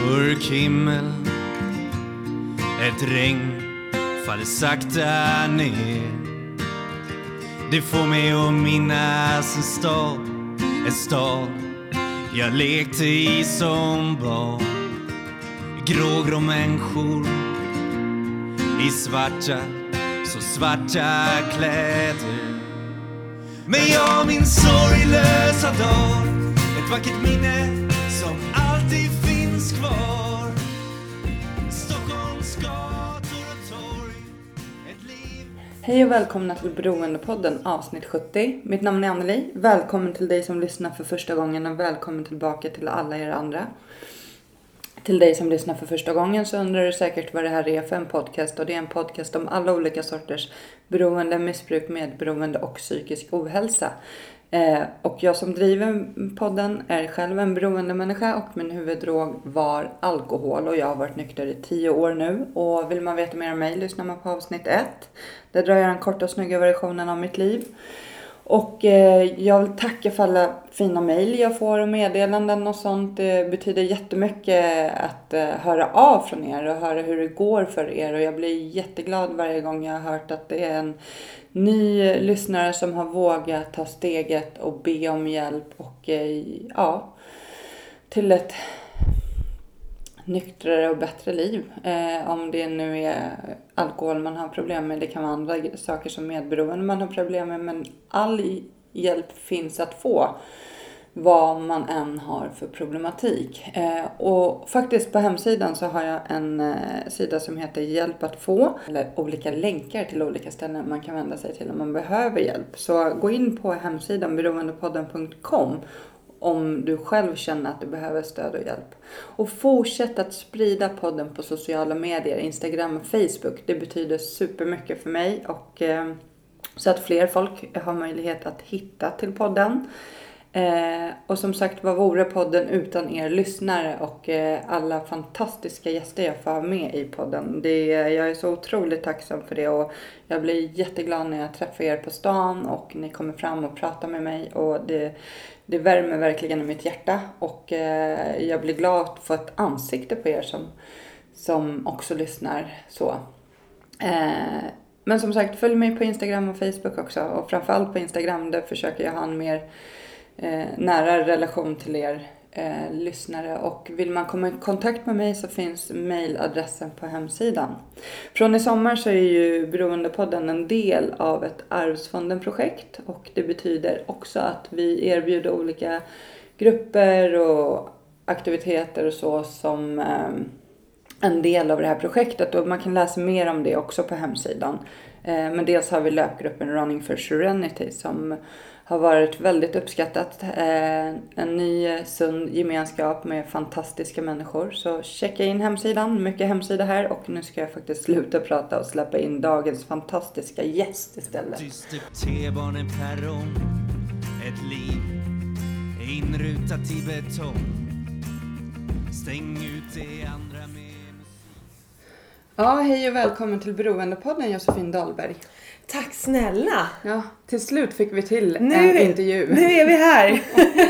Mörk himmel, ett regn faller sakta ner. Det får mig att minnas en stad jag lekte i som barn. Grågrå människor i så svarta kläder. Men jag min sorglösa dag, ett vackert minne som alltid finns kvar. Stockholms gator och torg, ett liv. Hej och välkomna till Beroendepodden avsnitt 70. Mitt namn är Anneli. Välkommen till dig som lyssnar för första gången och välkommen tillbaka till alla er andra. Till dig som lyssnar för första gången så undrar du säkert vad det här är för en podcast. Och det är en podcast om alla olika sorters beroende, missbruk, medberoende och psykisk ohälsa. Och jag som driver podden är själv en beroendemänniska och min huvuddrog var alkohol. Och jag har varit nykter i 10 år nu. Och vill man veta mer om mig lyssnar man på avsnitt 1. Där drar jag den korta och snygga versionen av mitt liv. Och jag vill tacka för alla fina mejl jag får och meddelanden och sånt. Det betyder jättemycket att höra av från er och höra hur det går för er. Och jag blir jätteglad varje gång jag har hört att det är en ny lyssnare som har vågat ta steget och be om hjälp. Och till ett nyktrare och bättre liv. Om det nu är alkohol man har problem med. Det kan vara andra saker som medberoende man har problem med. Men all hjälp finns att få. Vad man än har för problematik. Och faktiskt på hemsidan så har jag en sida som heter Hjälp att få. Eller olika länkar till olika ställen man kan vända sig till om man behöver hjälp. Så gå in på hemsidan beroendepodden.com. Om du själv känner att du behöver stöd och hjälp. Och fortsätt att sprida podden på sociala medier, Instagram och Facebook. Det betyder supermycket för mig. Och så att fler folk har möjlighet att hitta till podden. Och som sagt, vad vore podden utan er lyssnare och alla fantastiska gäster jag får ha med i podden. Jag är så otroligt tacksam för det och jag blir jätteglad när jag träffar er på stan och ni kommer fram och pratar med mig. Och det värmer verkligen i mitt hjärta och jag blir glad att få ett ansikte på er som också lyssnar så. Men som sagt, följ mig på Instagram och Facebook också. Och framförallt på Instagram där försöker jag ha en mer nära relation till er lyssnare. Och vill man komma i kontakt med mig så finns mailadressen på hemsidan. Från i sommar så är ju Beroendepodden en del av ett Arvsfonden-projekt. Och det betyder också att vi erbjuder olika grupper och aktiviteter och så som en del av det här projektet. Och man kan läsa mer om det också på hemsidan. Men dels har vi löpgruppen Running for Serenity som har varit väldigt uppskattat. En ny sund gemenskap med fantastiska människor. Så checka in hemsidan. Mycket hemsida här. Och nu ska jag faktiskt sluta prata och släppa in dagens fantastiska gäst istället. T-barnen perrong, ett liv inrutat i betong. Stäng ut det andra med musik. Ja, hej och välkommen till Beroendepodden, Josefin Dahlberg. Tack snälla. Ja, till slut fick vi till en intervju. Nu är vi här.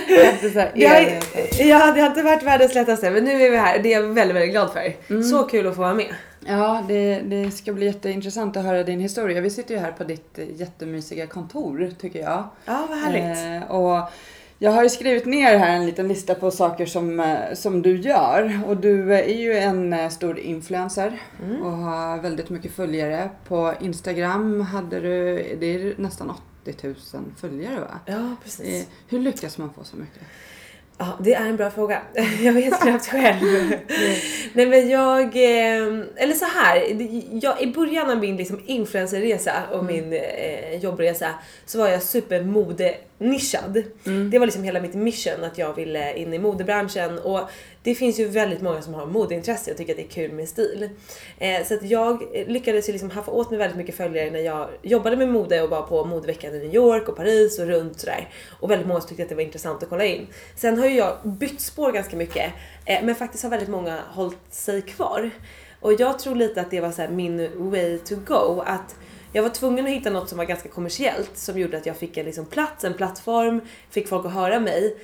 Det har inte varit världens lättaste, men nu är vi här. Det är jag väldigt, väldigt glad för. Så kul att få vara med. Ja, det ska bli jätteintressant att höra din historia. Vi sitter ju här på ditt jättemysiga kontor, tycker jag. Ja, vad härligt. Och jag har ju skrivit ner här en liten lista på saker som du gör. Och du är ju en stor influencer och har väldigt mycket följare. På Instagram hade du, det är nästan 80 000 följare, va? Ja, precis. Hur lyckas man få så mycket? Ja, det är en bra fråga. Jag vet knappt själv. Nej, men eller så här. I början av min liksom influencerresa och min jobbresa så var jag supermodenischad. Det var liksom hela mitt mission att jag ville in i modebranschen. Och det finns ju väldigt många som har modeintresse och tycker att det är kul med stil. Så att jag lyckades ju liksom haffa åt mig väldigt mycket följare när jag jobbade med mode och var på modeveckan i New York och Paris och runt sådär. Och väldigt många tyckte att det var intressant att kolla in. Sen har ju jag bytt spår ganska mycket. Men faktiskt har väldigt många hållit sig kvar. Och jag tror lite att det var så här min way to go. Att jag var tvungen att hitta något som var ganska kommersiellt. Som gjorde att jag fick en plattform. Fick folk att höra mig.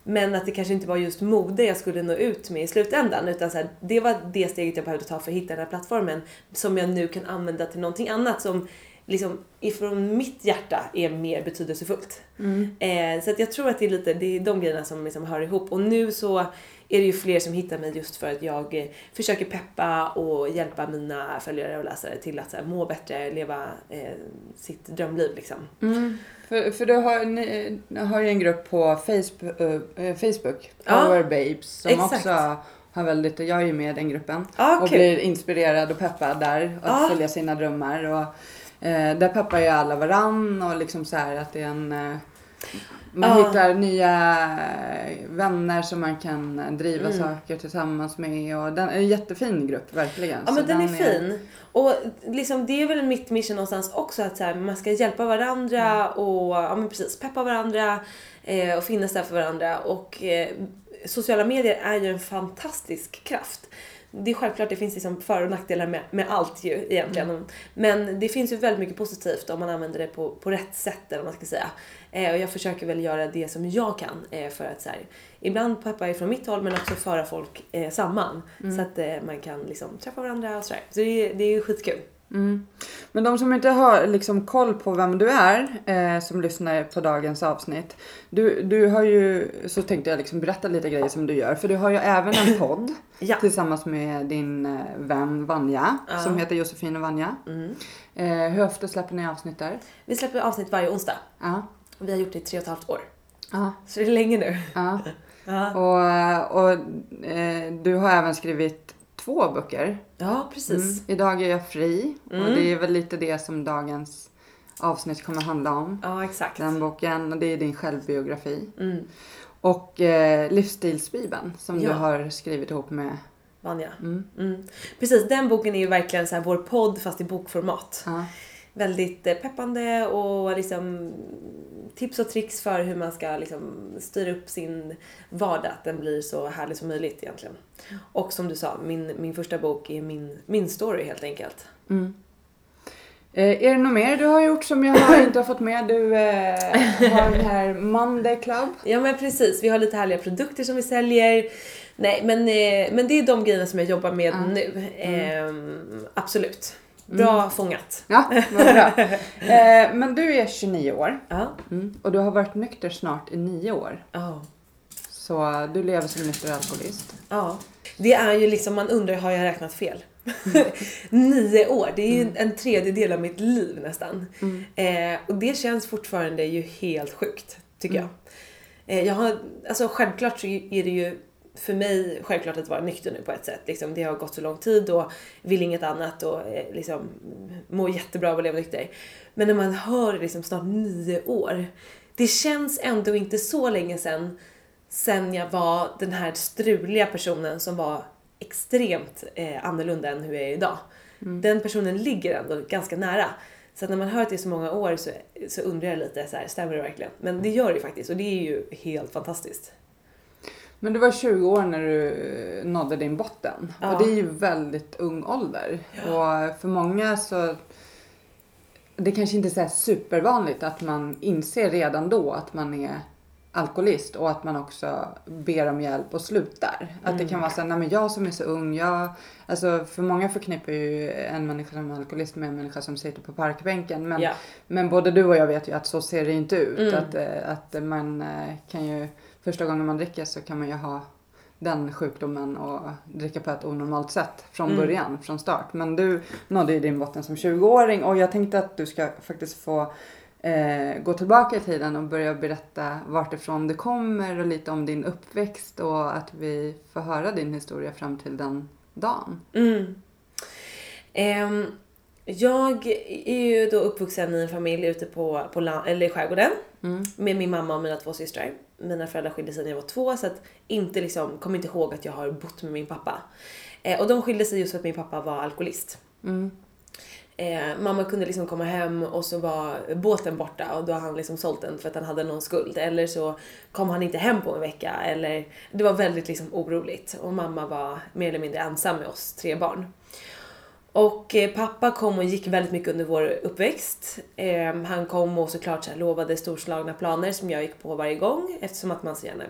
Men att det kanske inte var just mode jag skulle nå ut med i slutändan. Utan så här, det var det steget jag behövde ta för att hitta den här plattformen. Som jag nu kan använda till någonting annat som liksom ifrån mitt hjärta är mer betydelsefullt. Så att jag tror att det är de grejerna som liksom hör ihop. Och nu så är det ju fler som hittar mig just för att jag försöker peppa och hjälpa mina följare och läsare till att så här, må bättre, leva sitt drömliv liksom. För du har ju en grupp på Facebook, Power Babes, som exakt. också har väldigt, jag är ju med i den gruppen och kul. blir inspirerad och peppad där att följa sina drömmar och där peppar ju alla varann och liksom så här att det är en man hittar nya vänner som man kan driva saker tillsammans med och den är en jättefin grupp verkligen. Ja, men så den är fin. Och liksom, det är väl mitt mission någonstans också att så här, man ska hjälpa varandra och men precis, peppa varandra och finnas där för varandra. Och sociala medier är ju en fantastisk kraft. Det är självklart, det finns liksom för- och nackdelar med allt ju egentligen. Men det finns ju väldigt mycket positivt om man använder det på rätt sätt eller vad man ska säga. Och jag försöker väl göra det som jag kan för att så här, ibland peppa ifrån mitt håll men också föra folk samman. Så att man kan liksom träffa varandra och sådär. Så det är ju skitkul. Men de som inte har liksom koll på vem du är som lyssnar på dagens avsnitt. Du har ju, så tänkte jag liksom berätta lite grejer som du gör. För du har ju även en podd tillsammans med din vän Vanja som heter Josefin och Vanja. Hur ofta släpper ni avsnitt där? Vi släpper avsnitt varje onsdag. Och vi har gjort det i 3,5 år. Så det är länge nu. Och du har även skrivit 2 böcker. Ja, precis. Idag är jag fri. Och det är väl lite det som dagens avsnitt kommer handla om. Ja, exakt. Den boken. Och det är din självbiografi. Och livsstilsbibeln som du har skrivit ihop med Vanja. Precis, den boken är ju verkligen så här vår podd fast i bokformat. Väldigt peppande och liksom tips och tricks för hur man ska liksom styra upp sin vardag. Att den blir så härlig som möjligt egentligen. Och som du sa, min första bok är min story helt enkelt. Är det något mer du har gjort som jag inte har fått med? Du har den här Monday Club. Ja, men precis. Vi har lite härliga produkter som vi säljer. Nej, men det är de grejerna som jag jobbar med nu. Absolut. Bra fångat. Ja, vad bra. Men du är 29 år. Och du har varit nykter snart i 9 år. Så du lever som nykter alkoholist. Ja. Det är ju liksom, man undrar, har jag räknat fel? 9 år, det är ju en tredjedel av mitt liv nästan. Och det känns fortfarande ju helt sjukt, tycker jag. Jag har, alltså självklart så är det ju för mig självklart att vara nykter nu på ett sätt. Liksom, det har gått så lång tid och vill inget annat och liksom mår jättebra av att leva nykter. Men när man hör liksom snart 9 år, det känns ändå inte så länge sen jag var den här struliga personen som var extremt annorlunda än hur jag är idag. Den personen ligger ändå ganska nära. Så att när man hör det i så många år så undrar jag lite så här, stämmer det verkligen? Men det gör det faktiskt och det är ju helt fantastiskt. Men du var 20 år när du nådde din botten. Och det är ju väldigt ung ålder. Och för många så det kanske inte är så här supervanligt att man inser redan då att man är alkoholist och att man också ber om hjälp och slutar. Att det kan vara så här, nej men jag som är så ung, alltså för många förknippar ju en människa som är alkoholist med en människa som sitter på parkbänken. Men både du och jag vet ju att så ser det inte ut. Att man kan ju, första gången man dricker så kan man ju ha den sjukdomen och dricka på ett onormalt sätt från början, från start. Men du nådde ju din botten som 20-åring och jag tänkte att du ska faktiskt få gå tillbaka i tiden och börja berätta vart ifrån du kommer och lite om din uppväxt och att vi får höra din historia fram till den dagen. Jag är ju då uppvuxen i en familj ute eller i skärgården med min mamma och mina 2 systrar. Mina föräldrar skilde sig när jag var 2 så att kommer inte ihåg att jag har bott med min pappa. Och de skilde sig just för att min pappa var alkoholist. Mamma kunde liksom komma hem och så var båten borta och då har han liksom sålt den för att han hade någon skuld. Eller så kom han inte hem på en vecka. Eller det var väldigt liksom oroligt. Och mamma var mer eller mindre ensam med oss 3 barn. Och pappa kom och gick väldigt mycket under vår uppväxt. Han kom och såklart så här lovade storslagna planer som jag gick på varje gång. Eftersom att man så gärna vill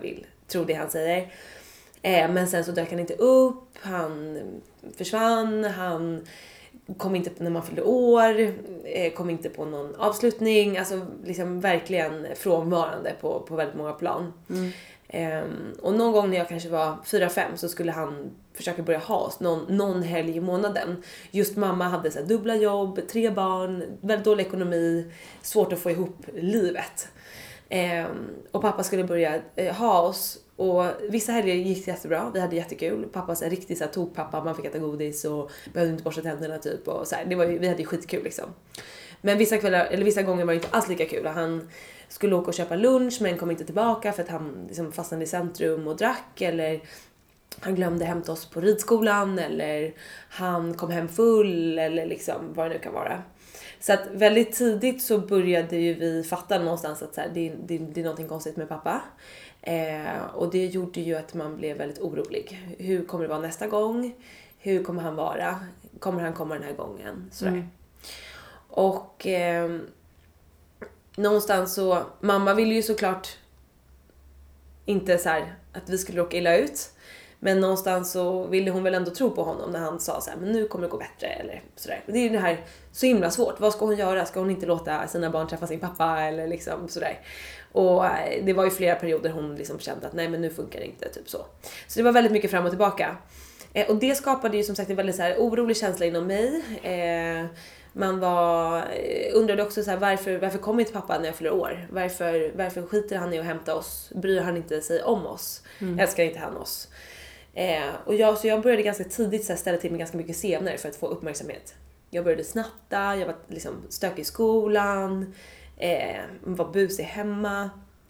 tror det han säger. Men sen så dök han inte upp, han försvann, han kom inte när man fyllde år, kom inte på någon avslutning, alltså liksom verkligen frånvarande på väldigt många plan. Och någon gång när jag kanske var 4-5 så skulle han försöka börja ha oss någon helg i månaden. Just mamma hade så här dubbla jobb, 3 barn, väldigt dålig ekonomi, svårt att få ihop livet. Och pappa skulle börja ha oss. Och vissa helger gick det jättebra, vi hade jättekul. Pappa så här, riktigt så här, tog pappa, man fick äta godis och behövde inte borsta tänderna typ. Och så här, vi hade ju skitkul liksom. Men vissa gånger var det inte alls lika kul. Han skulle åka och köpa lunch men kom inte tillbaka för att han liksom fastnade i centrum och drack. Eller han glömde hämta oss på ridskolan. Eller han kom hem full. Eller liksom vad det nu kan vara. Så att väldigt tidigt så började ju vi fatta någonstans att så här, det är någonting konstigt med pappa. Och det gjorde ju att man blev väldigt orolig. Hur kommer det vara nästa gång? Hur kommer han vara? Kommer han komma den här gången? Sådär. Och någonstans så, mamma ville ju såklart inte så här att vi skulle råka illa ut. Men någonstans så ville hon väl ändå tro på honom när han sa så här, men nu kommer det gå bättre eller sådär. Det är ju det här så himla svårt. Vad ska hon göra? Ska hon inte låta sina barn träffa sin pappa eller liksom sådär. Och det var ju flera perioder hon liksom kände att nej men nu funkar det inte, typ så. Så det var väldigt mycket fram och tillbaka. Och det skapade ju som sagt en väldigt så här orolig känsla inom mig. Man undrade också så här, varför kommer inte pappa när jag fyller år? Varför skiter han i att hämta oss? Bryr han inte sig om oss? Älskar inte han oss? Så jag började ganska tidigt så här, ställa till mig ganska mycket scener för att få uppmärksamhet. Jag började snatta, jag var liksom stökig i skolan, var busig hemma.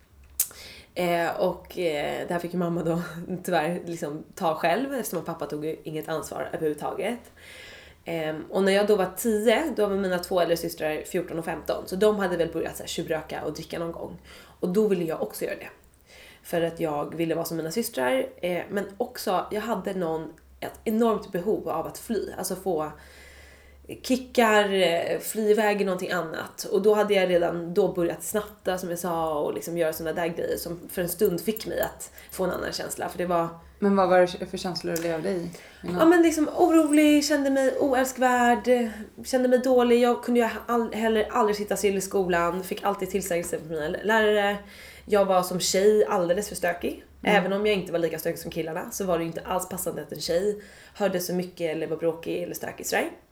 Det här fick ju mamma då tyvärr liksom ta själv eftersom att pappa tog inget ansvar överhuvudtaget. Och när jag då var 10, då var mina 2 äldre systrar 14 och 15. Så de hade väl börjat så här tjuvröka och dricka någon gång. Och då ville jag också göra det. För att jag ville vara som mina systrar. Men också, jag hade ett enormt behov av att fly. Alltså få kickar, fly iväg i någonting annat. Och då hade jag redan då börjat snatta som jag sa. Och liksom göra sådana där grejer som för en stund fick mig att få en annan känsla. För det var... Men vad var det för känslor du levde i? Ja men liksom orolig, kände mig oälskvärd, kände mig dålig. Jag kunde ju heller aldrig sitta still i skolan. Fick alltid tillsägelse från mina lärare. Jag var som tjej alldeles för stökig. Även om jag inte var lika stökig som killarna så var det inte alls passande att en tjej hörde så mycket eller var bråkig eller stökig.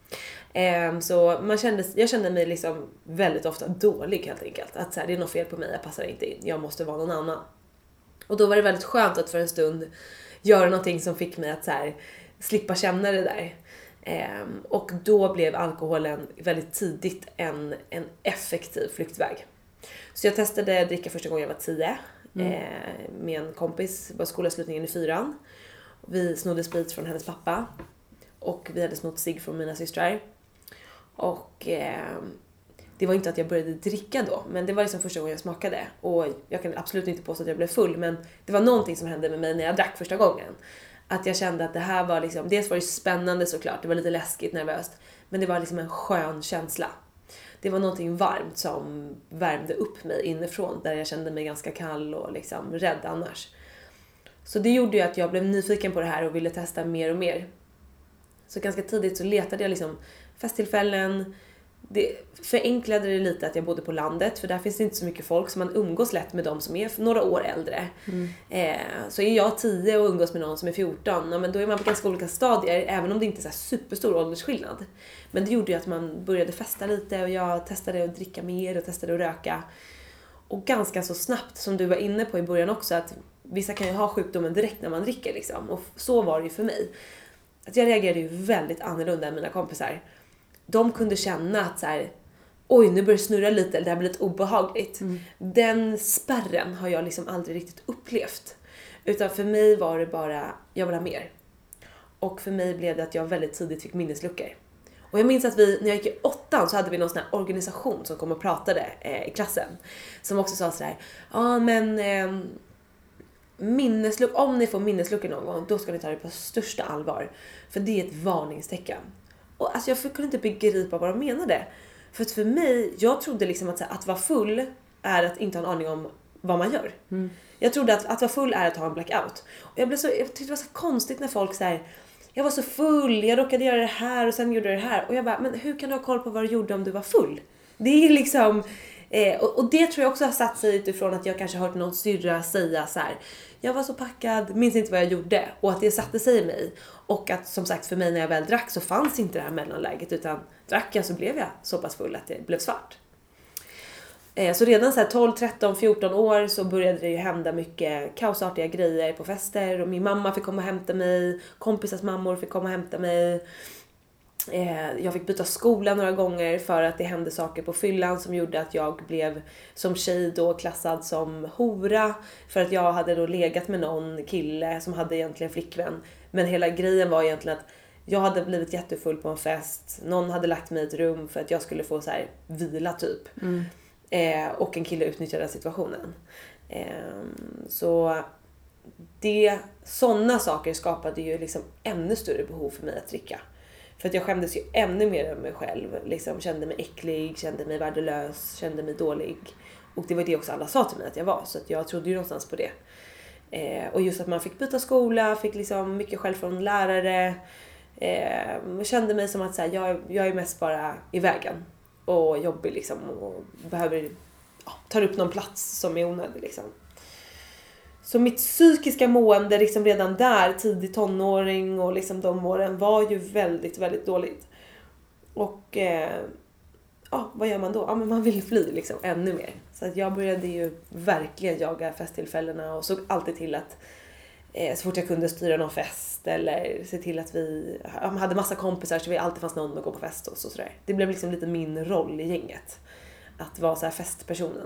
Så jag kände mig liksom väldigt ofta dålig helt enkelt. Att så här, det är något fel på mig, jag passar inte in. Jag måste vara någon annan. Och då var det väldigt skönt att för en stund göra någonting som fick mig att så här, slippa känna det där. Och då blev alkoholen väldigt tidigt en effektiv flyktväg. Så jag testade dricka första gången jag var 10 med en kompis på skolavslutningen i 4. Vi snodde sprit från hennes pappa och vi hade snott cigg från mina systrar. Och det var inte att jag började dricka då, men det var liksom första gången jag smakade. Och jag kan absolut inte påstå att jag blev full, men det var någonting som hände med mig när jag drack första gången. Att jag kände att det här var liksom, dels var det spännande såklart, det var lite läskigt, nervöst, men det var liksom en skön känsla. Det var någonting varmt som värmde upp mig inifrån, där jag kände mig ganska kall och liksom rädd annars. Så det gjorde ju att jag blev nyfiken på det här och ville testa mer och mer. Så ganska tidigt så letade jag liksom festtillfällen. Det förenklade det lite att jag bodde på landet, för där finns det inte så mycket folk, så man umgås lätt med de som är några år äldre. Så är jag 10 och umgås med någon som är 14, ja, men då är man på ganska olika stadier, även om det inte är så här superstor åldersskillnad. Men det gjorde ju att man började festa lite och jag testade att dricka mer och testade att röka. Och ganska så snabbt, som du var inne på i början också, att vissa kan ju ha sjukdomen direkt när man dricker liksom. Och så var det ju för mig. Att jag reagerade ju väldigt annorlunda än mina kompisar. De kunde känna att så här, oj, nu börjar det snurra lite, det här blir lite obehagligt. Den spärren har jag liksom aldrig riktigt upplevt. Utan för mig var det bara, jag vill ha mer. Och för mig blev det att jag väldigt tidigt fick minnesluckor. Och jag minns att när jag gick i 8 så hade vi någon sån här organisation som kom och pratade i klassen. Som också sa så här, ja men om ni får minnesluckor någon gång, då ska ni ta det på största allvar. För det är ett varningstecken. Och alltså jag kunde inte begripa vad de menade. För mig, jag trodde liksom att vara full är att inte ha en aning om vad man gör. Jag trodde att vara full är att ha en blackout. Och jag tyckte det var så konstigt när folk så här, jag var så full, jag råkade göra det här och sen gjorde jag det här. Och jag bara, men hur kan du ha koll på vad du gjorde om du var full? Det är liksom, och det tror jag också har satt sig utifrån att jag kanske hört någon syrra säga så här, jag var så packad, minns inte vad jag gjorde. Och att det satte sig i mig. Och att som sagt för mig när jag väl drack så fanns inte det här mellanläget. Utan drack jag så blev jag så pass full att det blev svart. Så redan så här 12, 13, 14 år så började det ju hända mycket kaosartiga grejer på fester. Och min mamma fick komma och hämta mig. Kompisars mammor fick komma och hämta mig. Jag fick byta skola några gånger för att det hände saker på fyllan som gjorde att jag blev som tjej då klassad som hora. För att jag hade då legat med någon kille som hade egentligen flickvän. Men hela grejen var egentligen att jag hade blivit jättefull på en fest. Någon hade lagt mig i ett rum för att jag skulle få så här vila typ. Och en kille utnyttjade situationen. Så sådana saker skapade ju liksom ännu större behov för mig att dricka. För att jag skämdes ju ännu mer över mig själv. Liksom kände mig äcklig, kände mig värdelös, kände mig dålig. Och det var det också alla sa till mig att jag var. Så att jag trodde ju någonstans på det. Och just att man fick byta skola, fick liksom mycket själv från lärare. Kände mig som att så här, jag är mest bara i vägen. Och jobbig liksom. Och behöver ta upp någon plats som är onödig liksom. Så mitt psykiska mående liksom redan där, tidig tonåring och liksom de åren var ju väldigt, väldigt dåligt. Och vad gör man då? Ja, men man vill fly liksom ännu mer. Så att jag började ju verkligen jaga festtillfällena och såg alltid till att så fort jag kunde styra någon fest eller se till att vi hade massa kompisar så vi alltid fanns någon att gå på fest och sådär. Det blev liksom lite min roll i gänget. Att vara så här festpersonen.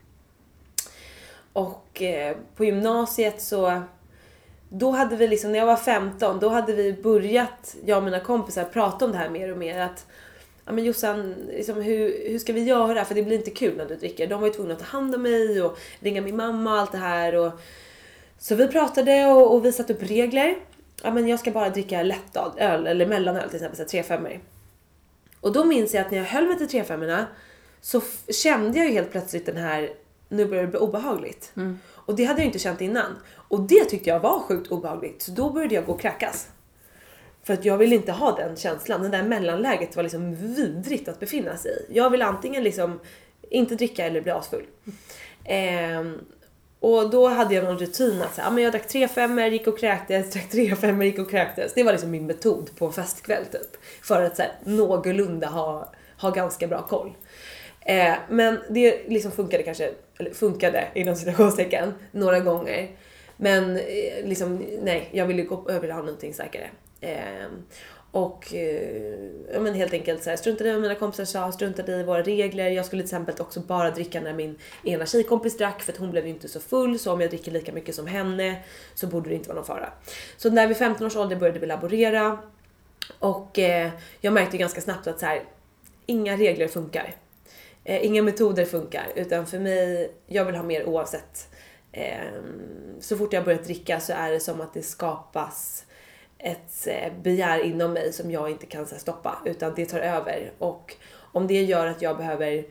Och på gymnasiet så då hade vi liksom, när jag var 15, då hade vi börjat, jag och mina kompisar, prata om det här mer och mer. Att, ja men Jossan, liksom, hur ska vi göra? För det blir inte kul när du dricker. De var ju tvungna att ta hand om mig och ringa min mamma och allt det här. Och, så vi pratade och vi satte upp regler. Ja men jag ska bara dricka lättöl eller mellanöl till exempel, 3-5. Och då minns jag att när jag höll mig till 3-5 så kände jag ju helt plötsligt den här, nu börjar det bli obehagligt. Och det hade jag inte känt innan. Och det tyckte jag var sjukt obehagligt. Så då började jag gå och kräkas. För att jag ville inte ha den känslan. Det där mellanläget var liksom vidrigt att befinna sig i. Jag ville antingen liksom inte dricka eller bli asfull. Och då hade jag någon rutin att säga, men jag drack 3-5, gick och kräktes, drack 3-5, gick och kräktes. Det var liksom min metod på en festkväll typ. För att så här, någorlunda ha ganska bra koll. Men det liksom funkade inom citationstecken några gånger. Men liksom, nej, jag ville ha någonting säkrare. Men helt enkelt så här, struntade i vad mina kompisar sa, struntade i våra regler. Jag skulle till exempel också bara dricka när min ena tjejkompis drack, för att hon blev ju inte så full. Så om jag dricker lika mycket som henne så borde det inte vara någon fara. Så när vi 15 års ålder började vi laborera. Och jag märkte ganska snabbt att så här, inga regler funkar. Inga metoder funkar, utan för mig, jag vill ha mer oavsett. Så fort jag börjat dricka så är det som att det skapas ett begär inom mig som jag inte kan stoppa, utan det tar över. Och om det gör att jag behöver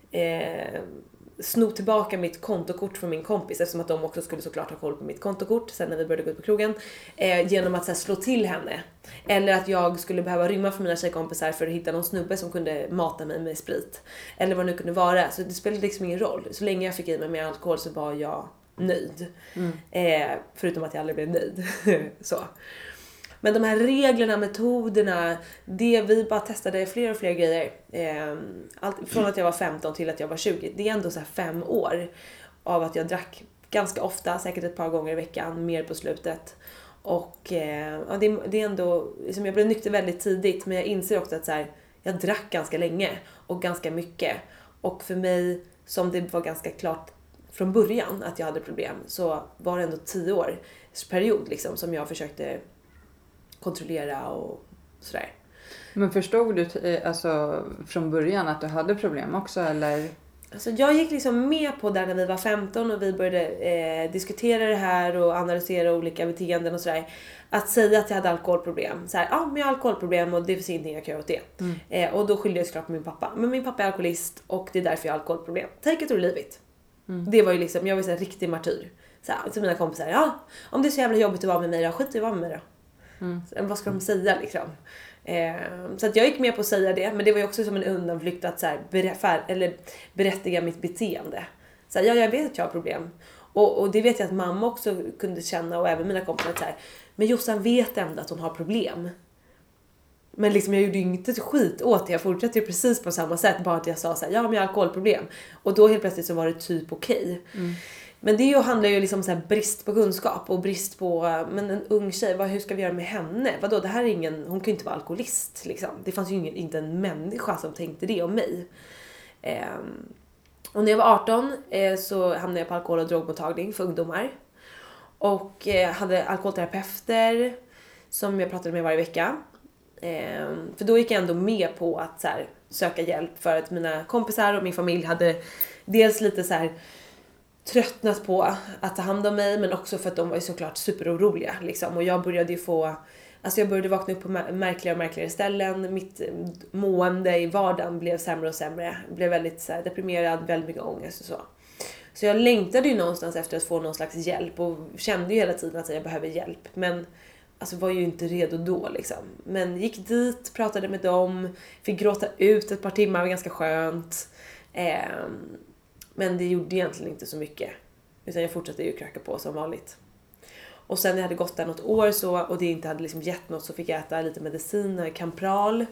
sno tillbaka mitt kontokort från min kompis, eftersom att de också skulle såklart ha koll på mitt kontokort sen när vi började gå ut på krogen, genom att slå till henne, eller att jag skulle behöva rymma från mina tjejkompisar för att hitta någon snubbe som kunde mata mig med sprit, eller vad det nu kunde vara. Så det spelade liksom ingen roll. Så länge jag fick i mig mer alkohol så var jag nöjd. Förutom att jag aldrig blev nöjd. Så. Men de här reglerna, metoderna, det vi bara testade fler och fler grejer. Allt från att jag var 15 till att jag var 20. Det är ändå så här 5 år av att jag drack ganska ofta, säkert ett par gånger i veckan, mer på slutet. Och det är ändå, liksom, jag blev nykter väldigt tidigt, men jag inser också att så här, jag drack ganska länge och ganska mycket. Och för mig, som det var ganska klart från början att jag hade problem, så var det ändå 10 års period liksom, som jag försökte kontrollera och sådär. Men förstod du alltså från början att du hade problem också, eller? Alltså jag gick liksom med på det när vi var 15 och vi började diskutera det här och analysera olika beteenden och sådär. Att säga att jag hade alkoholproblem. Så här, men jag har alkoholproblem och det finns ingenting jag kan göra åt det. Och då skyllde jag såklart på min pappa. Men min pappa är alkoholist och det är därför jag har alkoholproblem. Take it or leave it. Det var ju liksom, jag var ju en riktig martyr. Så här, till mina kompisar, ja, om det är så jävla jobbigt att vara med mig då, skit i att vara med mig då. Så, vad ska de säga liksom? Så att jag gick med på att säga det, men det var ju också som en undanflykt att så här, berättiga mitt beteende. Så här, ja, jag vet att jag har problem. Och det vet jag att mamma också kunde känna, och även mina kompisar, så här, men Jossan vet ändå att hon har problem. Men liksom jag gjorde ju inte skit åt det. Jag fortsatte ju precis på samma sätt. Bara att jag sa så här, ja men jag har alkoholproblem. Och då helt plötsligt så var det typ okej. Men det handlar ju liksom så här brist på kunskap. Och brist på, men en ung tjej, hur ska vi göra med henne? Vadå, det här är ingen, hon kan ju inte vara alkoholist liksom. Det fanns ju inte en människa som tänkte det om mig. Och när jag var 18 så hamnade jag på alkohol- och drogmottagning för ungdomar. Och hade alkoholterapeuter som jag pratade med varje vecka. För då gick jag ändå med på att så här, söka hjälp, för att mina kompisar och min familj hade dels lite så här tröttnat på att ta hand om mig, men också för att de var ju såklart superoroliga liksom. Och jag började ju jag började vakna upp på märkligare och märkligare ställen. Mitt mående i vardagen blev sämre och sämre. Jag blev väldigt så här, deprimerad, väldigt mycket ångest och så. Så jag längtade ju någonstans efter att få någon slags hjälp, och kände ju hela tiden att jag behöver hjälp, men alltså var ju inte redo då liksom. Men gick dit, pratade med dem, fick gråta ut ett par timmar, var ganska skönt. Men det gjorde egentligen inte så mycket. Utan jag fortsatte ju kröka på som vanligt. Och sen när jag hade gått där något år så, och det inte hade liksom gett något, så fick jag äta lite medicin, Campral.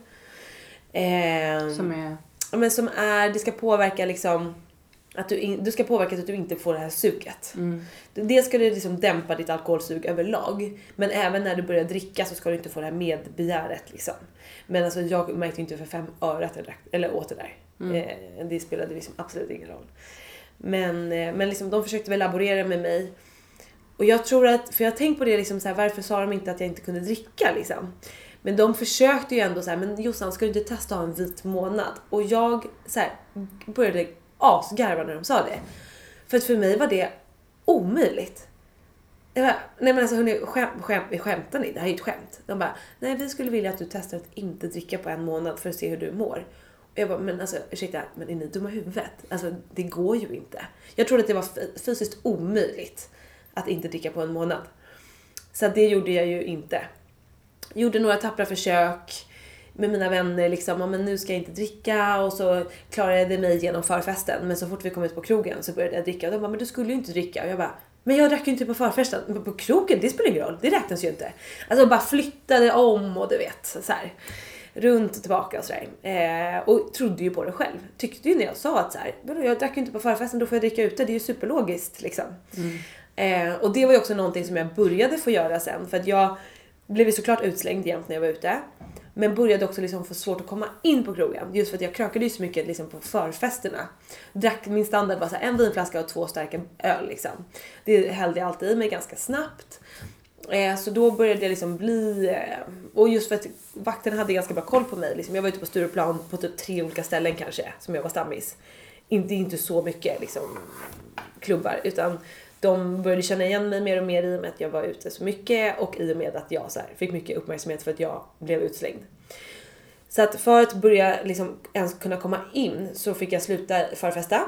Som är, det ska påverka liksom att du ska påverka så att du inte får det här suget. Det ska det liksom dämpa ditt alkoholsug överlag. Men även när du börjar dricka så ska du inte få det här medbegäret liksom. Men alltså jag märkte inte för 5 öre att jag drack, eller åt det där. Det spelade liksom absolut ingen roll. Men liksom, de försökte väl laborera med mig. Och jag tror att, för jag har tänkt på det liksom så här, varför sa de inte att jag inte kunde dricka liksom. Men de försökte ju ändå så här, men Jossan, ska du inte testa att ha en vit månad? Och jag så här, började asgarva när de sa det. För att för mig var det omöjligt. Jag bara, nej men alltså hörni, skämtar ni? Det här är ju ett skämt. De bara, nej vi skulle vilja att du testar att inte dricka på 1 månad för att se hur du mår. Och jag bara, men alltså ursäkta, men är ni dumma i huvudet? Alltså det går ju inte. Jag trodde att det var fysiskt omöjligt att inte dricka på 1 månad. Så det gjorde jag ju inte. Gjorde några tappra försök med mina vänner liksom, men nu ska jag inte dricka, och så klarade jag mig genom förfesten, men så fort vi kom ut på krogen så började jag dricka, och de bara, men du skulle ju inte dricka, och jag bara, men jag drack ju inte på förfesten, men på krogen, det spelar ingen roll, det räknas ju inte. Alltså bara flyttade om, och du vet så här, runt och tillbaka och sådär, och trodde ju på det själv, tyckte ju när jag sa att så här, jag drack ju inte på förfesten, då får jag dricka ute, det är ju superlogiskt liksom. Och det var ju också någonting som jag började få göra sen, för att jag blev ju såklart utslängd jämt när jag var ute. Men började också liksom få svårt att komma in på krogen. Just för att jag krökade ju så mycket liksom på förfesterna. Min standard var så här, 1 vinflaska och 2 starka öl liksom. Det hällde jag alltid i mig ganska snabbt. Så då började jag liksom bli... Och just för att vakten hade ganska bra koll på mig. Liksom. Jag var ute på Stureplan på typ 3 olika ställen kanske. Som jag var stammis. Inte så mycket liksom, klubbar. Utan de började känna igen mig mer och mer i och med att jag var ute så mycket. Och i och med att jag så här, fick mycket uppmärksamhet för att jag blev utslängd. Så att för att börja liksom, ens kunna komma in så fick jag sluta förfesta.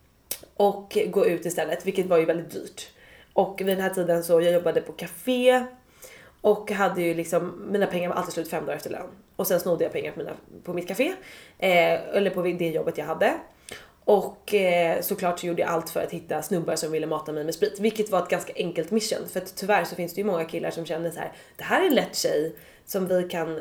Och gå ut istället. Vilket var ju väldigt dyrt. Och vid den här tiden så jag jobbade på café. Och hade ju liksom, mina pengar var alltid slut 5 dagar efter lön. Och sen snodde jag pengar på mitt café. Eller på det jobbet jag hade. Och såklart så gjorde jag allt för att hitta snubbar som ville mata mig med sprit. Vilket var ett ganska enkelt mission. För att tyvärr så finns det ju många killar som känner så här: det här är en lätt tjej som vi kan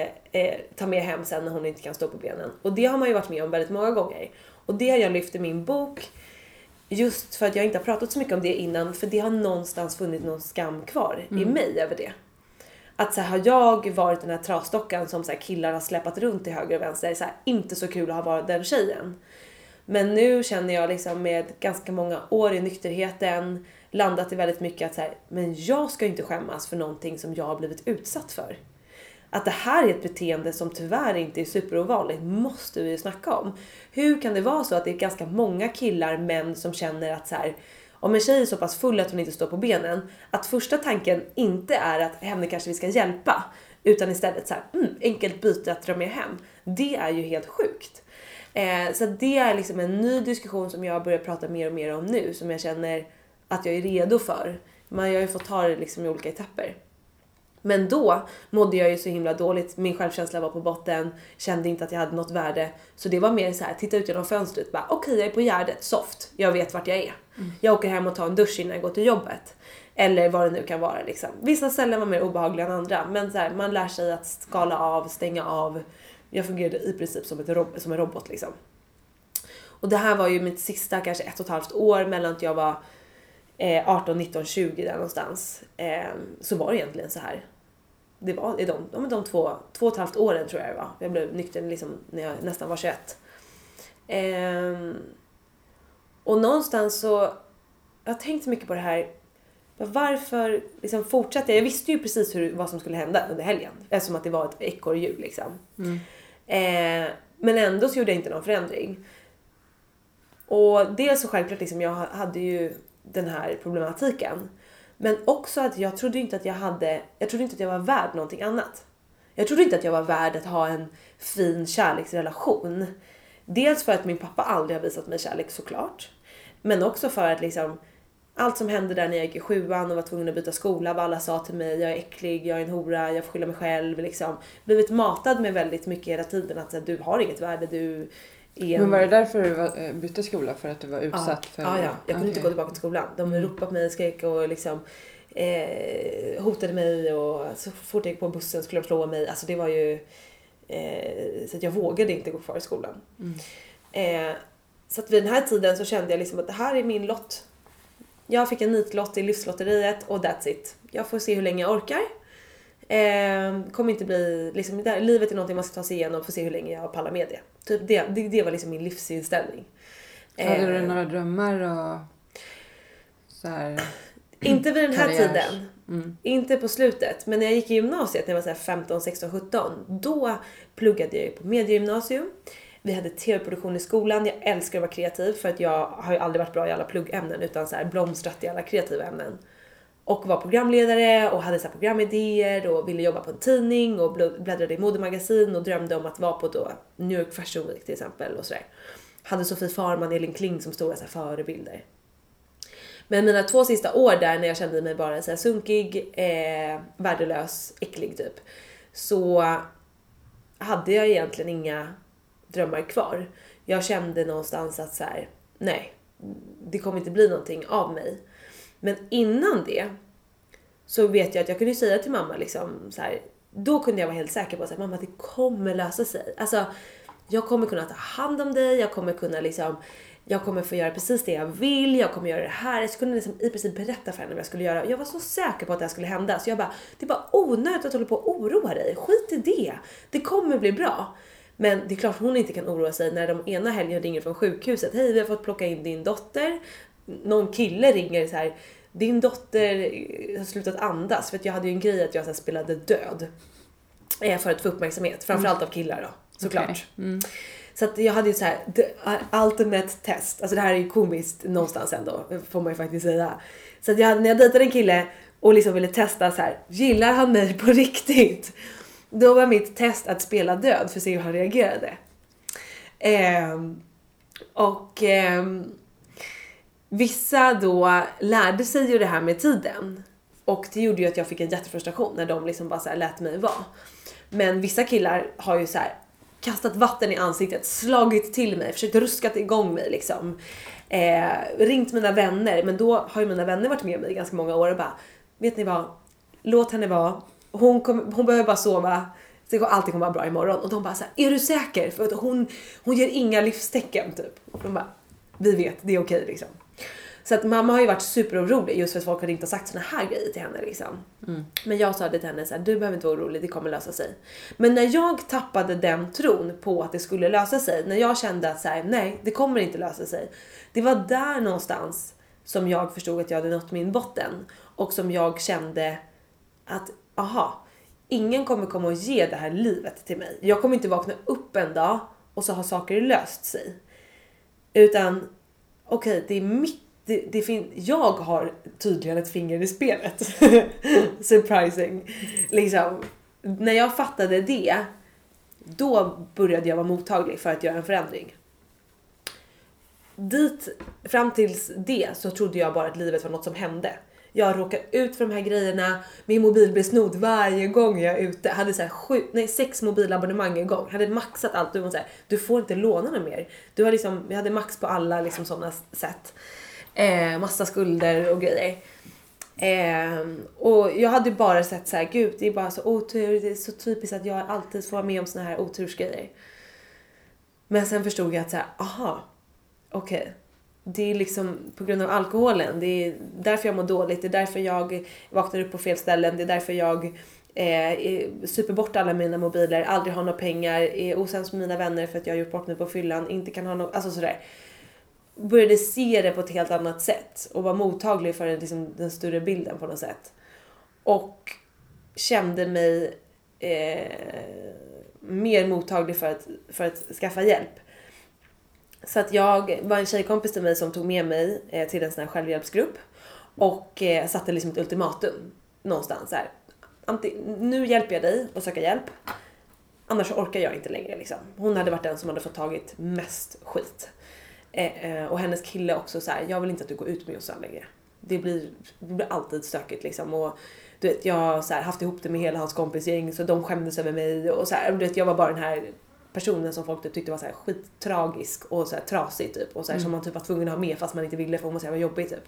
ta med hem sen när hon inte kan stå på benen. Och det har man ju varit med om väldigt många gånger. Och det har jag lyft i min bok. Just för att jag inte har pratat så mycket om det innan. För det har någonstans funnits någon skam kvar i mig över det. Att så här, har jag varit den här trasdockan som så här, killar har släpat runt till höger och vänster. Så här, inte så kul att ha varit den tjejen. Men nu känner jag liksom med ganska många år i nykterheten landat i väldigt mycket att så här, men jag ska inte skämmas för någonting som jag har blivit utsatt för. Att det här är ett beteende som tyvärr inte är superovanligt, måste vi ju snacka om. Hur kan det vara så att det är ganska många killar, män som känner att så här, om en tjej är så pass full att hon inte står på benen, att första tanken inte är att henne kanske vi ska hjälpa, utan istället så här, enkelt byte att dra med hem. Det är ju helt sjukt. Så det är liksom en ny diskussion som jag börjar prata mer och mer om nu. Som jag känner att jag är redo för. Men jag har ju fått ta det liksom i olika etapper. Men då mådde jag ju så himla dåligt. Min självkänsla var på botten. Kände inte att jag hade något värde. Så det var mer så här, titta ut genom fönstret. Bara, okej, jag är på Gärdet, soft. Jag vet vart jag är. Jag åker hem och tar en dusch innan jag går till jobbet. Eller vad det nu kan vara liksom. Vissa ställen var mer obehagliga än andra. Men så här, man lär sig att skala av, stänga av. Jag fungerade i princip som en robot liksom. Och det här var ju mitt sista kanske 1,5 år mellan att jag var 18, 19, 20 där någonstans. Så var det egentligen så här. Det var i de 2,5 åren tror jag det var. Jag blev nykter liksom när jag nästan var 21. Och någonstans så jag har tänkt mycket på det här. Varför liksom fortsatte jag? Jag visste ju precis vad som skulle hända under helgen. Eftersom att det var ett ekorrhjul liksom. Men ändå så gjorde jag inte någon förändring. Och det är så självklart liksom, jag hade ju den här problematiken. Men också att jag trodde inte att jag var värd någonting annat. Jag trodde inte att jag var värd att ha en fin kärleksrelation. Dels för att min pappa aldrig har visat mig kärlek såklart. Men också för att liksom allt som hände där när jag gick i 7:an och var tvungen att byta skola. Vad alla sa till mig, jag är äcklig, jag är en hora, jag får skylla mig själv. Liksom. Blivit matad med väldigt mycket hela tiden att du har inget värde, du är en... Men var det därför du bytte skola? För att du var utsatt för... Ja. Jag kunde inte gå tillbaka till skolan. De ropade på mig, skrek och liksom hotade mig. Och så fort jag gick på bussen skulle de slå mig. Alltså det var ju... så att jag vågade inte gå kvar i skolan. Så att vid den här tiden så kände jag liksom att det här är min lott. Jag fick en nitlott i livslotteriet och that's it. Jag får se hur länge jag orkar. Kommer inte bli liksom, livet är någonting man ska ta sig igenom för att se hur länge jag pallar med det. Typ det var liksom min livsinställning. Hade du några drömmar och så här, inte vid den här tiden. Inte på slutet. Men när jag gick i gymnasiet när jag var så här 15, 16, 17. Då pluggade jag på mediegymnasium. Vi hade tv-produktion i skolan. Jag älskar att vara kreativ för att jag har ju aldrig varit bra i alla pluggämnen utan så här blomstrat i alla kreativa ämnen. Och var programledare och hade så här programidéer och ville jobba på en tidning och bläddrade i modemagasin och drömde om att vara på då New York Fashion Week till exempel och sådär. Hade Sofie Farman, Elin Kling som stora så här förebilder. Men mina 2 sista år där när jag kände mig bara så här sunkig, värdelös, äcklig typ. Så hade jag egentligen inga drömmar kvar. Jag kände någonstans att så här, nej, det kommer inte bli någonting av mig. Men innan det så vet jag att jag kunde säga till mamma liksom så här, då kunde jag vara helt säker på att mamma, det kommer lösa sig. Alltså jag kommer kunna ta hand om dig, jag kommer kunna liksom, jag kommer få göra precis det jag vill, jag kommer göra det här. Jag skulle liksom i princip berätta för henne vad jag skulle göra. Jag var så säker på att det här skulle hända så jag bara, det är bara onödigt att hålla på och oroa dig. Skit i det. Det kommer bli bra. Men det är klart hon inte kan oroa sig när de ena helgen ringer från sjukhuset. Hej, vi har fått plocka in din dotter. Någon kille ringer så här, din dotter har slutat andas. För att jag hade ju en grej att jag så här spelade död. För att få uppmärksamhet. Framförallt av killar då, såklart. Okay. Så att jag hade ju så här, the ultimate test. Alltså det här är ju komiskt någonstans ändå, får man ju faktiskt säga. Så att när jag dejtade en kille och liksom ville testa så här, gillar han mig på riktigt? Då var mitt test att spela död för att se hur han reagerade. Vissa då lärde sig ju det här med tiden. Och det gjorde ju att jag fick en jättefrustration när de liksom bara så här lät mig vara. Men vissa killar har ju så här kastat vatten i ansiktet, slagit till mig, försökt ruskat igång mig liksom. Ringt mina vänner, men då har ju mina vänner varit med mig i ganska många år och bara, vet ni vad? Låt henne vara. Hon behöver bara sova. Så allting kommer vara bra imorgon. Och de bara så här, är du säker? För att hon ger inga livstecken typ. Och de bara, vi vet, det är okej liksom. Så att mamma har ju varit superorolig just för att folk hade inte sagt såna här grejer till henne liksom. Men jag sa det till henne så här, du behöver inte vara orolig, det kommer lösa sig. Men när jag tappade den tron på att det skulle lösa sig, när jag kände att så här, nej, det kommer inte lösa sig. Det var där någonstans som jag förstod att jag hade nått min botten. Och som jag kände att, ingen kommer komma och ge det här livet till mig. Jag kommer inte vakna upp en dag och så har saker löst sig. Utan, okej, det är mitt. Jag har tydligen ett finger i spelet. Surprising. Liksom, när jag fattade det, då började jag vara mottaglig för att göra en förändring. fram tills det så trodde jag bara att livet var något som hände. Jag råkar ut för de här grejerna. Min mobil blir snodd varje gång jag är ute. Jag hade så här 6 mobilabonnemang en gång. Jag hade maxat allt. Du får inte låna något mer. Jag hade max på alla liksom sådana sätt. Massa skulder och grejer. Och jag hade bara sett så här, gud, det är bara så otur. Det är så typiskt att jag alltid får vara med om såna här otursgrejer. Men sen förstod jag att så här, okej. Det är liksom på grund av alkoholen. Det är därför jag mår dåligt. Det är därför jag vaknar upp på fel ställen. Det är därför jag super bort alla mina mobiler. Aldrig har några pengar. Är osams med mina vänner för att jag har gjort bort mig på fyllan. Inte kan ha något, alltså sådär. Började se det på ett helt annat sätt. Och var mottaglig för den större bilden på något sätt. Och kände mig mer mottaglig för att skaffa hjälp. Så att jag var en tjejkompis till mig som tog med mig till en sån här självhjälpsgrupp. Och satte liksom ett ultimatum någonstans så här. Nu hjälper jag dig att söka hjälp. Annars orkar jag inte längre liksom. Hon hade varit den som hade fått tagit mest skit. Och hennes kille också så här, jag vill inte att du går ut med Jossan längre. Det blir alltid stökigt liksom. Och du vet, jag har så här haft ihop det med hela hans kompisgäng. Så de skämdes över mig. Och så här, du vet, jag var bara den här personen som folk tyckte var så här skittragisk och så här trasig typ. Och så här, som man typ var tvungen att ha med fast man inte ville för hon var så här, var jobbig typ.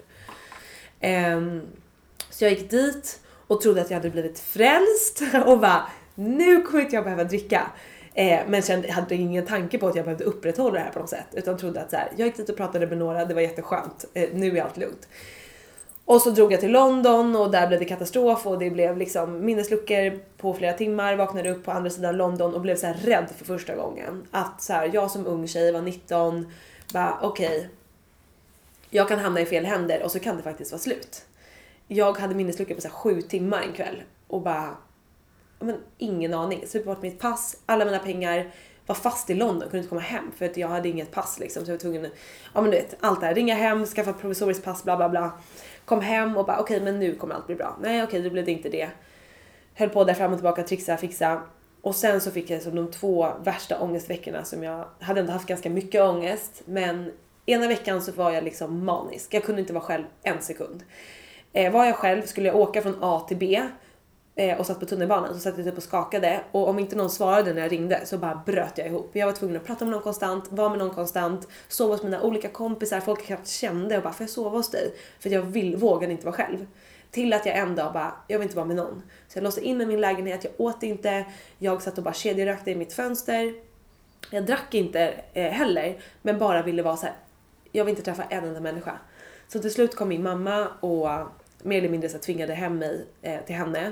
Så jag gick dit och trodde att jag hade blivit frälst. Och bara, nu kommer inte jag behöva dricka. Men hade ingen tanke på att jag behövde upprätthålla det här på något sätt. Utan trodde att så här, jag gick dit och pratade med några, det var jätteskönt. Nu är allt lugnt. Och så drog jag till London och där blev det katastrof. Och det blev liksom minnesluckor på flera timmar. Vaknade upp på andra sidan London och blev så här rädd för första gången. Att så här, jag som ung tjej var 19. Bara okej. Jag kan hamna i fel händer och så kan det faktiskt vara slut. Jag hade minnesluckor på så här 7 timmar en kväll. Och bara, men ingen aning. Super bort mitt pass, alla mina pengar. Var fast i London, kunde inte komma hem. För att jag hade inget pass liksom. Så jag var tvungen, ja men du vet, allt det här. Ringa hem, skaffa provisoriskt pass, bla bla bla. Kom hem och bara okej, men nu kommer allt bli bra. Nej okej, då blev det inte det. Höll på där fram och tillbaka, trixa, fixa. Och sen så fick jag som de 2 värsta ångestveckorna som jag hade ändå haft ganska mycket ångest. Men ena veckan så var jag liksom manisk. Jag kunde inte vara själv en sekund. Var jag själv skulle jag åka från A till B. Och satt på tunnelbanan så satt jag typ och skakade. Och om inte någon svarade när jag ringde så bara bröt jag ihop. Jag var tvungen att prata med någon konstant, vara med någon konstant, sova hos mina olika kompisar. Folk jag knappt kände och bara, får jag sova hos dig? För jag vågade inte vara själv. Till att jag en dag bara, jag vill inte vara med någon. Så jag låste in i min lägenhet, jag åt inte. Jag satt och bara kedjerökte i mitt fönster. Jag drack inte heller, men bara ville vara så här. Jag vill inte träffa en enda människa. Så till slut kom min mamma och mer eller mindre så tvingade hem mig till henne.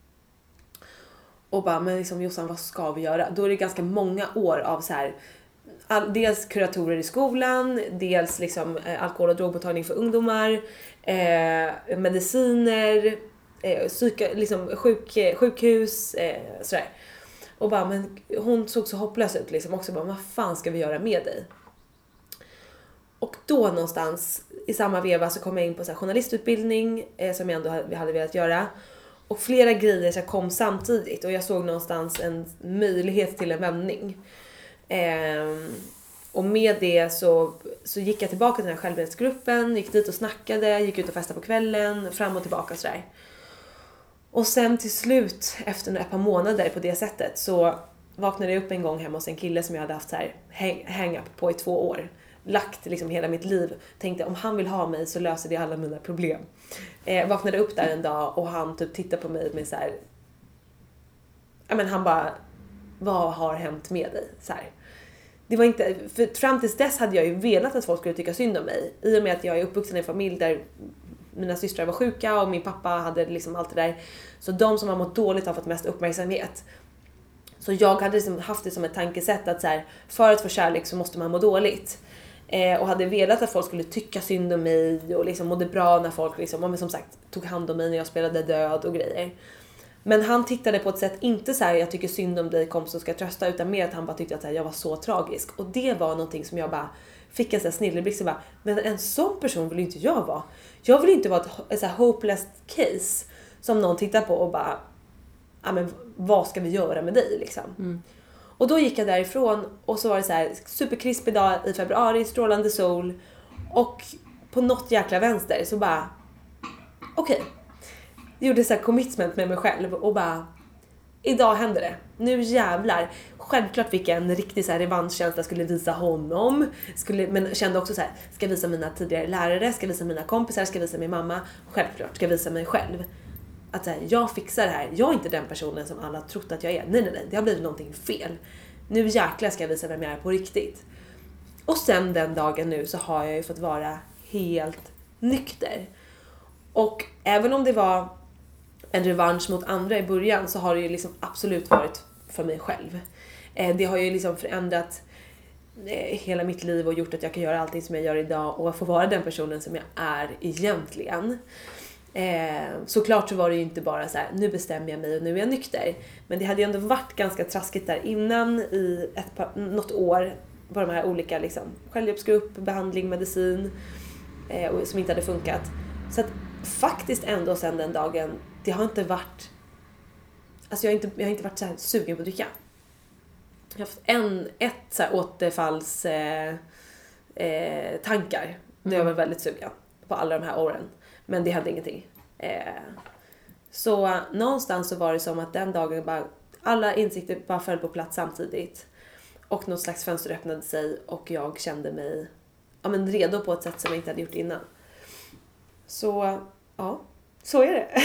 Och bara, men liksom Jossan, vad ska vi göra? Då är det ganska många år av så här, dels kuratorer i skolan, dels liksom alkohol- och drogmottagning för ungdomar, mediciner, liksom sjukhus, sådär. Och bara, men hon såg så hopplös ut liksom också. Bara, vad fan ska vi göra med dig? Och då någonstans i samma veva så kom jag in på så här journalistutbildning som jag ändå hade velat göra. Och flera grejer så kom samtidigt. Och jag såg någonstans en möjlighet till en vändning. Och med det så gick jag tillbaka till den här självhjälpsgruppen. Gick dit och snackade. Gick ut och festade på kvällen. Fram och tillbaka och sådär. Och sen till slut, efter ett par månader på det sättet, så vaknade jag upp en gång hemma hos en kille som jag hade haft så här hang-up på i 2 år. Lagt liksom hela mitt liv. Tänkte, om han vill ha mig så löser det alla mina problem. Vaknade upp där en dag och han typ tittade på mig med så här. Ja men han bara, vad har hänt med dig? Så här. Det var inte, för fram tills dess hade jag ju velat att folk skulle tycka synd om mig. I och med att jag är uppvuxen i en familj där mina systrar var sjuka och min pappa hade liksom allt det där. Så de som har mått dåligt har fått mest uppmärksamhet. Så jag hade liksom haft det som ett tankesätt att så här, för att få kärlek så måste man må dåligt. Och hade velat att folk skulle tycka synd om mig och liksom mådde bra när folk liksom, som sagt, tog hand om mig när jag spelade död och grejer. Men han tittade på ett sätt, inte så här, jag tycker synd om dig, kom så ska jag trösta, utan mer att han bara tyckte att här, jag var så tragisk. Och det var någonting som jag bara fick en sån här snilleblick som bara, men en sån person vill inte jag vara. Jag vill inte vara ett så här hopeless case som någon tittar på och bara, ja men vad ska vi göra med dig liksom. Och då gick jag därifrån och så var det så här superkrispig dag i februari, strålande sol. Och på något jäkla vänster så bara okej. Jag gjorde så här commitment med mig själv och bara idag händer det. Nu jävlar. Självklart fick jag en riktig så här revanschkänsla, skulle visa honom. Men kände också så här, ska visa mina tidigare lärare, ska visa mina kompisar, ska visa min mamma. Självklart ska visa mig själv. Att så här, jag fixar det här. Jag är inte den personen som alla trott att jag är. Nej. Det har blivit någonting fel. Nu jäklar ska jag visa vem jag är på riktigt. Och sen den dagen nu så har jag ju fått vara helt nykter. Och även om det var en revansch mot andra i början så har det ju liksom absolut varit för mig själv. Det har ju liksom förändrat hela mitt liv och gjort att jag kan göra allting som jag gör idag och få vara den personen som jag är egentligen. Såklart så var det ju inte bara så här, nu bestämmer jag mig och nu är jag nykter. Men det hade ju ändå varit ganska traskigt där innan i något år på de här olika liksom, självhjälpsgrupp, behandling, medicin som inte hade funkat. Så att faktiskt ändå sen den dagen, det har inte varit, alltså jag har inte varit så här sugen på att dricka. Jag har haft ett så här återfalls tankar. Det var väldigt sugen på alla de här åren. Men det hände ingenting. Så någonstans så var det som att den dagen bara, alla insikter bara föll på plats samtidigt. Och något slags fönster öppnade sig och jag kände mig redo på ett sätt som jag inte hade gjort innan. Så ja, så är det.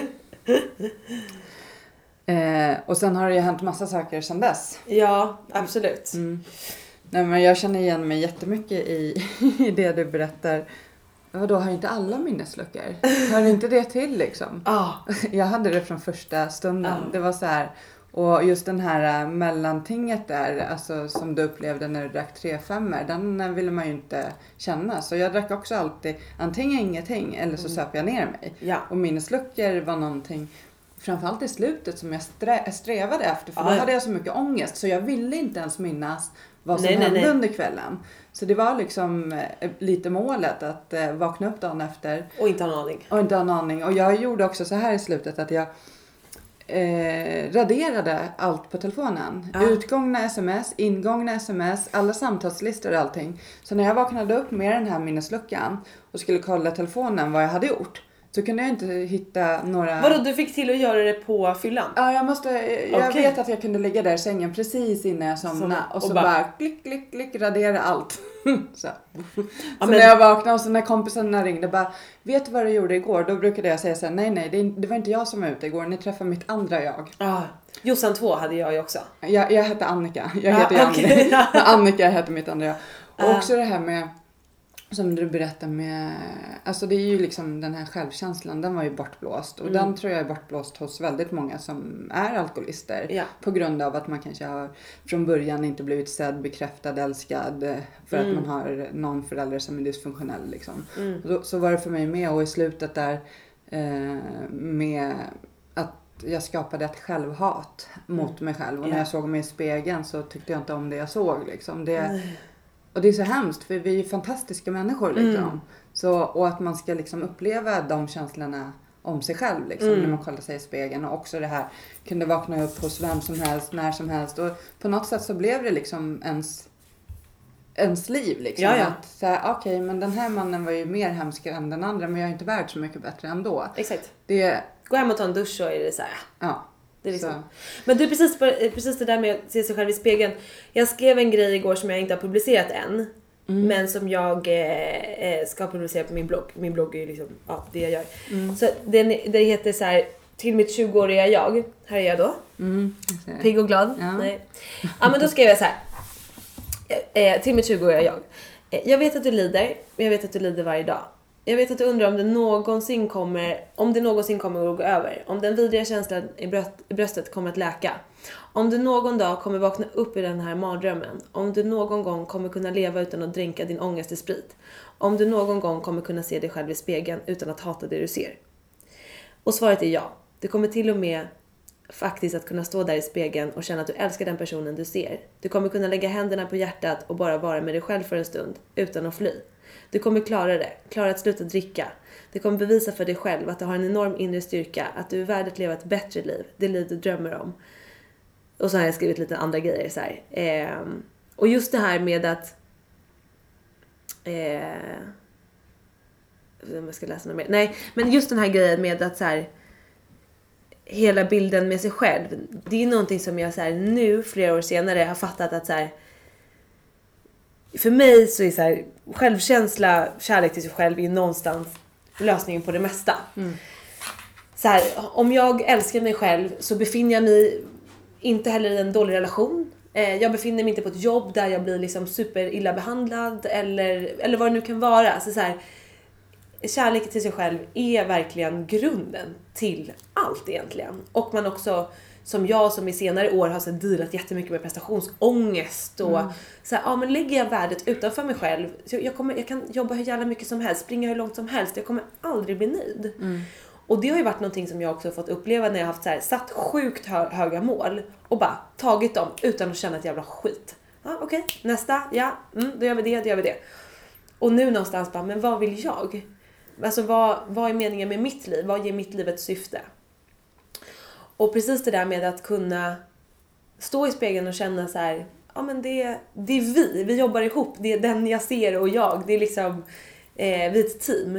Och sen har det ju hänt massa saker sedan dess. Ja, absolut. Nej, men jag känner igen mig jättemycket i det du berättar. Vadå, har inte alla minnesluckor? Hör inte det till liksom? Jag hade det från första stunden. Det var så här. Och just den här mellantinget där, alltså som du upplevde när du drack 3-5, den ville man ju inte känna. Så jag drack också alltid antingen ingenting eller så söp jag ner mig. Ja. Och minnesluckor var någonting, framförallt i slutet, som jag strävade efter. För då hade jag så mycket ångest så jag ville inte ens minnas vad som hände under kvällen. Så det var liksom lite målet att vakna upp dagen efter. Och inte ha en aning. Och jag gjorde också så här i slutet att jag raderade allt på telefonen. Utgångna sms, ingångna sms, alla samtalslistor och allting. Så när jag vaknade upp med den här minnesluckan och skulle kolla telefonen vad jag hade gjort, så kunde jag inte hitta några... Vadå, du fick till att göra det på fyllan? Ja, jag vet att jag kunde ligga där i sängen precis innan jag somnade. Och så bara klick, radera allt. Så när jag vaknade och så när kompisarna ringde bara, vet du vad du gjorde igår? Då brukade jag säga så här, nej, det var inte jag som var ute igår. Ni träffade mitt andra jag. Jossan 2 hade jag ju också. Jag hette Annika. Jag heter Annika heter mitt andra jag. Och också det här med, som du berättar med, alltså det är ju liksom den här självkänslan, den var ju bortblåst. Och den tror jag är bortblåst hos väldigt många som är alkoholister. Ja. På grund av att man kanske har från början inte blivit sedd, bekräftad, älskad. För att man har någon förälder som är dysfunktionell liksom. Så var det för mig med, och i slutet där med att jag skapade ett självhat mot mig själv. Och när jag såg mig i spegeln så tyckte jag inte om det jag såg liksom. Och det är så hemskt, för vi är ju fantastiska människor liksom. Så, och att man ska liksom uppleva de känslorna om sig själv liksom, när man kollar sig i spegeln. Och också det här kunde vakna upp hos vem som helst, när som helst. Och på något sätt så blev det liksom ens liv liksom. Ja. Att säga, okej, men den här mannen var ju mer hemsk än den andra, men jag är inte värd så mycket bättre ändå. Exakt. Det... Gå hem och ta en dusch och är det så här. Ja. Det är liksom. Men du, precis det där med att se sig själv i spegeln. Jag skrev en grej igår som jag inte har publicerat än. Men som jag ska publicera på min blogg. Min blogg är ju liksom det jag gör. Så det heter så här: till mitt 20-åriga jag. Här är jag då. Pigg och glad. Ja. Nej. Ja, men då skrev jag så här. Till mitt 20-åriga jag. Jag vet att du lider. Men jag vet att du lider varje dag. Jag vet att du undrar om det någonsin kommer att gå över. Om den vidriga känslan i bröstet kommer att läka. Om du någon dag kommer vakna upp i den här mardrömmen. Om du någon gång kommer kunna leva utan att dränka din ångest i sprit. Om du någon gång kommer kunna se dig själv i spegeln utan att hata det du ser. Och svaret är ja. Du kommer till och med faktiskt att kunna stå där i spegeln och känna att du älskar den personen du ser. Du kommer kunna lägga händerna på hjärtat och bara vara med dig själv för en stund utan att fly. Du kommer klara att sluta dricka. Du kommer bevisa för dig själv att du har en enorm inre styrka, att du är värd att leva ett bättre liv, det liv du drömmer om. Och så har jag skrivit lite andra grejer så här. Och just det här med att jag ska läsa något mer. Nej, men just den här grejen med att så här, hela bilden med sig själv. Det är någonting som jag så här, nu flera år senare har fattat att så här, för mig så är så här, självkänsla, kärlek till sig själv är någonstans lösningen på det mesta. Så här, om jag älskar mig själv så befinner jag mig inte heller i en dålig relation. Jag befinner mig inte på ett jobb där jag blir liksom super illa behandlad eller vad det nu kan vara. Alltså så här, kärlek till sig själv är verkligen grunden till allt egentligen. Och man också, som jag som i senare år har så dealat jättemycket med prestationsångest och så här, men lägger jag värdet utanför mig själv, så jag kan jobba hur jävla mycket som helst, springa hur långt som helst, jag kommer aldrig bli nöjd. Och det har ju varit någonting som jag också fått uppleva när jag har haft så här, satt sjukt höga mål och bara tagit dem utan att känna ett jävla skit. Okej, nästa, då gör vi det. Och nu någonstans bara, men vad vill jag? Alltså vad är meningen med mitt liv? Vad ger mitt liv ett syfte? Och precis det där med att kunna stå i spegeln och känna så här, ja men det är vi jobbar ihop, det är den jag ser och jag, det är liksom vi är ett team.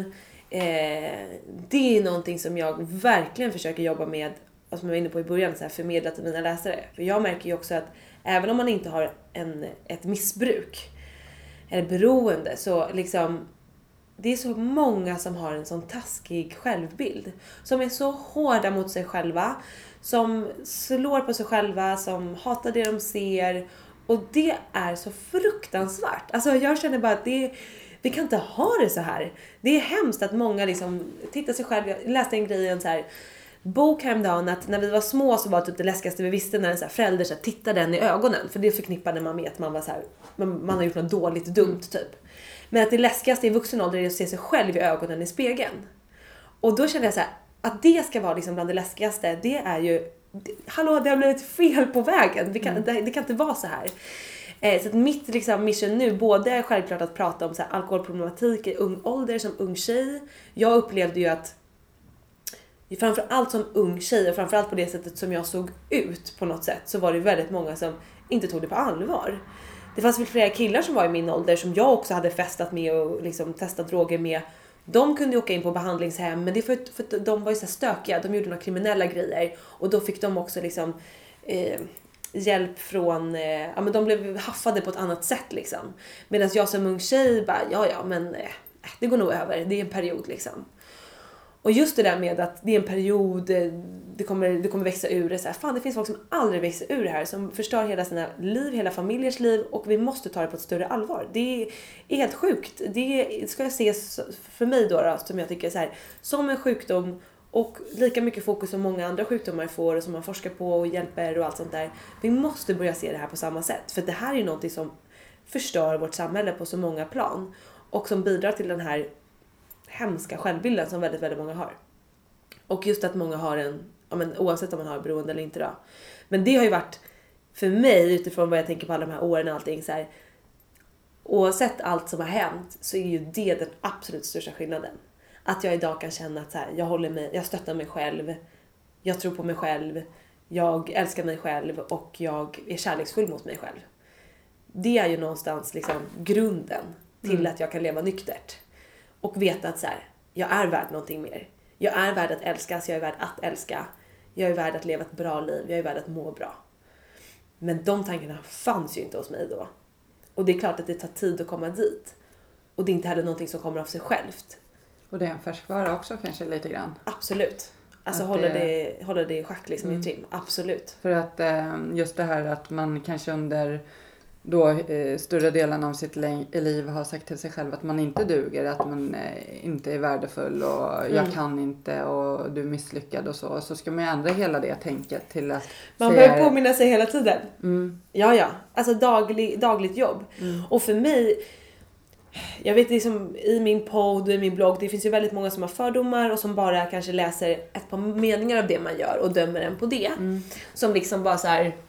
Det är någonting som jag verkligen försöker jobba med, som jag var inne på i början, så här, förmedla till mina läsare. För jag märker ju också att även om man inte har ett missbruk eller beroende, så liksom det är så många som har en sån taskig självbild, som är så hårda mot sig själva, som slår på sig själva, som hatar det de ser, och det är så fruktansvärt. Alltså jag känner bara att vi kan inte ha det så här. Det är hemskt att många liksom tittar sig själv. Jag läste en grej, en så här bok häromdagen, att när vi var små så var typ det läskigaste vi visste när en så här förälder så här tittade den i ögonen, för det förknippade man med att man var så här, man har gjort något dåligt dumt typ. Men att det läskigaste i vuxen ålder är att se sig själv i ögonen i spegeln. Och då kände jag så här, att det ska vara liksom bland det läskigaste, det är ju, hallå, det har blivit fel på vägen. Det kan inte vara så här. Så att mitt liksom mission nu, både är självklart att prata om så här alkoholproblematik i ung ålder som ung tjej. Jag upplevde ju att framförallt som ung tjej, och framförallt på det sättet som jag såg ut på något sätt, så var det väldigt många som inte tog det på allvar. Det fanns väl flera killar som var i min ålder som jag också hade festat med och liksom testat droger med. De kunde åka in på behandlingshem, men det för att de var ju så här stökiga, de gjorde några kriminella grejer, och då fick de också liksom hjälp från, men de blev haffade på ett annat sätt liksom. Medan jag som ung tjej bara, men det går nog över, det är en period liksom. Och just det där med att det är en period, det kommer växa ur det så här, fan, det finns folk som aldrig växer ur det här, som förstör hela sina liv, hela familjers liv, och vi måste ta det på ett större allvar. Det är helt sjukt. Det ska jag se för mig då, som jag tycker så här, som en sjukdom, och lika mycket fokus som många andra sjukdomar får och som man forskar på och hjälper och allt sånt där. Vi måste börja se det här på samma sätt, för det här är ju någonting som förstör vårt samhälle på så många plan, och som bidrar till den här hemska självbilden som väldigt, väldigt många har. Och just att många har oavsett om man har beroende eller inte då. Men det har ju varit, för mig, utifrån vad jag tänker på alla de här åren och allting så här, oavsett allt som har hänt, så är ju det den absolut största skillnaden. Att jag idag kan känna att så här, jag stöttar mig själv, jag tror på mig själv, jag älskar mig själv, och jag är kärleksfull mot mig själv. Det är ju någonstans liksom grunden till att jag kan leva nyktert. Och veta att så här, jag är värd någonting mer. Jag är värd att älskas, jag är värd att älska. Jag är värd att leva ett bra liv, jag är värd att må bra. Men de tankarna fanns ju inte hos mig då. Och det är klart att det tar tid att komma dit. Och det är inte heller någonting som kommer av sig självt. Och det är en färskvara också kanske lite grann. Absolut. Alltså hålla det i schack liksom i trim. Absolut. För att just det här att man kanske under då större delen av sitt liv har sagt till sig själv att man inte duger, att man inte är värdefull och jag kan inte och du är misslyckad och så ska man ju ändra hela det tänket till att man behöver påminna sig hela tiden. Ja. Alltså dagligt jobb. Och för mig, jag vet liksom i min podd och i min blogg, det finns ju väldigt många som har fördomar och som bara kanske läser ett par meningar av det man gör och dömer en på det. Som liksom bara så här,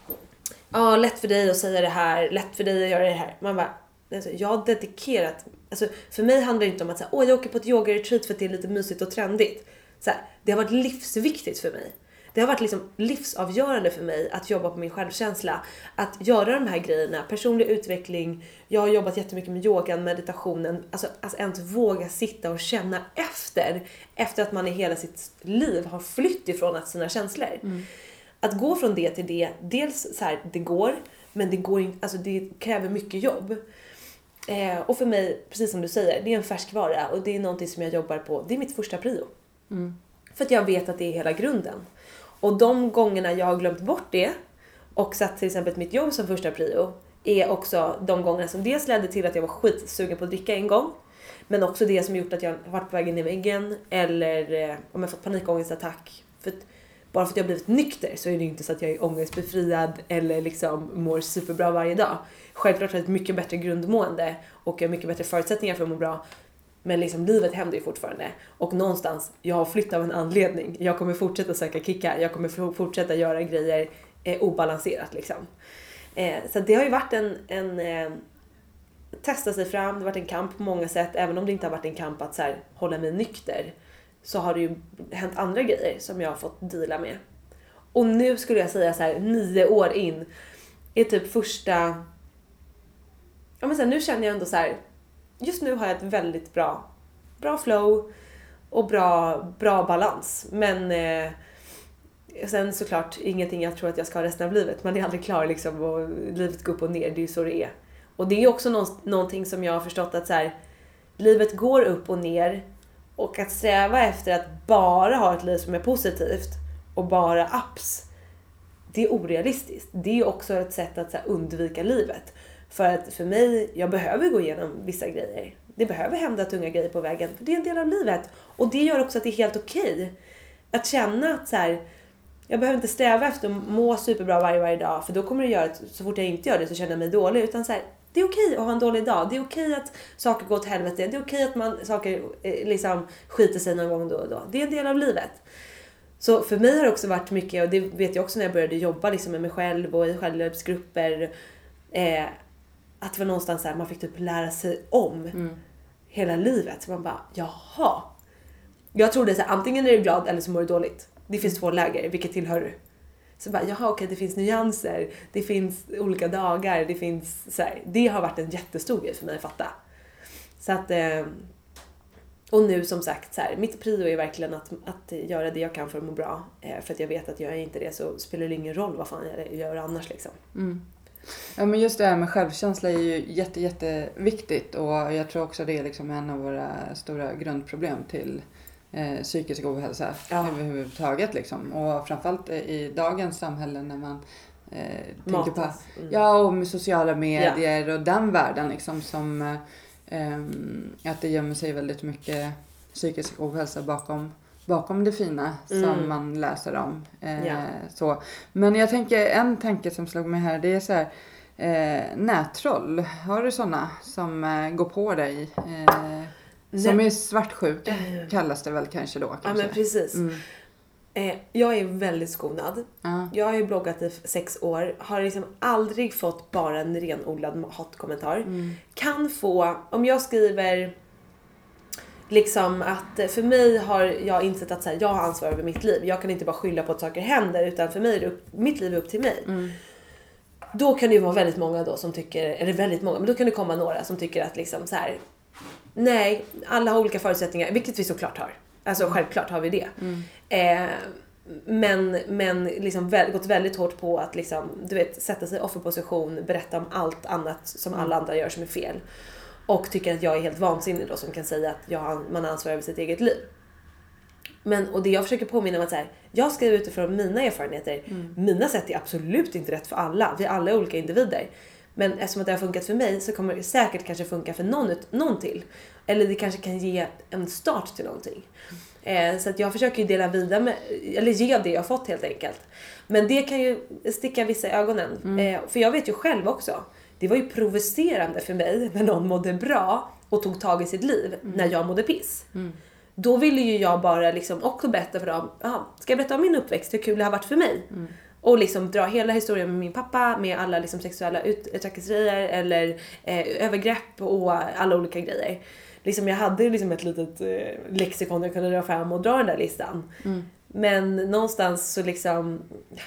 lätt för dig att säga det här, lätt för dig att göra det här. Man bara, alltså, jag har dedikerat, alltså för mig handlar det inte om att säga, jag åker på ett yoga-retreat för att det är lite mysigt och trendigt. Så här, det har varit livsviktigt för mig. Det har varit liksom livsavgörande för mig att jobba på min självkänsla. Att göra de här grejerna, personlig utveckling. Jag har jobbat jättemycket med yogan, meditationen. Alltså ens våga sitta och känna efter att man i hela sitt liv har flytt ifrån sina känslor. Att gå från det till det, dels så här, det går, men det går inte, alltså det kräver mycket jobb. Och för mig, precis som du säger, det är en färskvara och det är någonting som jag jobbar på. Det är mitt första prio. För att jag vet att det är hela grunden. Och de gångerna jag har glömt bort det och satt till exempel mitt jobb som första prio är också de gångerna som dels ledde till att jag var skitsugen på att dricka en gång. Men också det som gjort att jag har varit på vägen ner i väggen eller om jag fått panikångestattack. Bara för att jag har blivit nykter så är det inte så att jag är ångestbefriad eller liksom mår superbra varje dag. Självklart har jag ett mycket bättre grundmående och jag har mycket bättre förutsättningar för att må bra. Men liksom livet händer ju fortfarande. Och någonstans, jag har flyttat av en anledning. Jag kommer fortsätta söka kickar. Jag kommer fortsätta göra grejer obalanserat liksom. Så det har ju varit en testa sig fram. Det har varit en kamp på många sätt. Även om det inte har varit en kamp att så här, hålla mig nykter. Så har det ju hänt andra grejer som jag har fått deala med. Och nu skulle jag säga så här, 9 år in. Är typ första... Ja men sen nu känner jag ändå så här... Just nu har jag ett väldigt bra flow och bra balans. Men sen såklart ingenting jag tror att jag ska ha resten av livet. Man är aldrig klar liksom och livet går upp och ner. Det är ju så det är. Och det är också någonting som jag har förstått att så här, livet går upp och ner. Och att sträva efter att bara ha ett liv som är positivt och bara ups. Det är orealistiskt. Det är också ett sätt att så här, undvika livet. För att för mig, jag behöver gå igenom vissa grejer. Det behöver hända tunga grejer på vägen. För det är en del av livet. Och det gör också att det är helt okej. Att känna att så här, jag behöver inte sträva efter att må superbra varje dag. För då kommer det göra att så fort jag inte gör det så känner jag mig dålig. Utan så här, det är okej att ha en dålig dag. Det är okej att saker går åt helvete. Det är okej att saker liksom skiter sig någon gång då och då. Det är en del av livet. Så för mig har det också varit mycket, och det vet jag också när jag började jobba liksom med mig själv och i självhjälpsgrupper. Att det var någonstans så här, man fick typ lära sig om hela livet. Så man bara, jaha. Jag trodde så här, antingen är du glad eller så mår du dåligt. Det finns 2 läger, vilket tillhör du? Så bara, jaha okej, det finns nyanser. Det finns olika dagar. Det finns så här, det har varit en jättestor grej för mig att fatta. Så att, och nu som sagt, så här, mitt prio är verkligen att göra det jag kan för att må bra. För att jag vet att jag inte det så spelar det ingen roll vad fan jag gör annars liksom. Ja, men just det här med självkänsla är ju jätteviktigt och jag tror också det är liksom en av våra stora grundproblem till psykisk ohälsa överhuvudtaget liksom. Och framförallt i dagens samhälle när man tänker på och med sociala medier och den världen liksom som att det gömmer sig väldigt mycket psykisk ohälsa bakom det fina som man läser om. Så. Men jag tänker, en tanke som slog mig här, det är så här, nättroll. Har du sådana som går på dig? Som är svartsjuk kallas det väl kanske då? Ja men precis. Jag är väldigt skonad. Jag har ju bloggat i 6 år. Har liksom aldrig fått bara en renodlad hatkommentar. Kan få, om jag skriver liksom att för mig har jag insett att så här, jag har ansvar över mitt liv. Jag kan inte bara skylla på att saker händer, utan för mig är mitt liv är upp till mig. Då kan det ju vara väldigt många då som tycker, eller väldigt många, men då kan det komma några som tycker att liksom så här, nej, alla har olika förutsättningar, vilket vi såklart har. Alltså självklart har vi det. Men liksom gått väldigt hårt på att liksom, du vet, sätta sig i offerposition, berätta om allt annat som alla andra gör som är fel. Och tycker att jag är helt vansinnig då som kan säga att man ansvarar över sitt eget liv. Och det jag försöker påminna om att så här, jag skriver utifrån mina erfarenheter. Mina sätt är absolut inte rätt för alla. Vi alla är olika individer. Men eftersom att det har funkat för mig så kommer det säkert kanske funka för någon till. Eller det kanske kan ge en start till någonting. Så att jag försöker ju dela vidare med, eller ge det jag har fått helt enkelt. Men det kan ju sticka vissa i ögonen. För jag vet ju själv också. Det var ju provocerande för mig när någon mådde bra och tog tag i sitt liv när jag mådde piss. Då ville ju jag bara liksom också berätta för dem, ska jag berätta om min uppväxt, hur kul det har varit för mig? Och liksom dra hela historien med min pappa, med alla liksom sexuella trakasserier eller övergrepp och alla olika grejer. Liksom jag hade liksom ett litet lexikon jag kunde dra fram och dra den där listan. Men någonstans så liksom...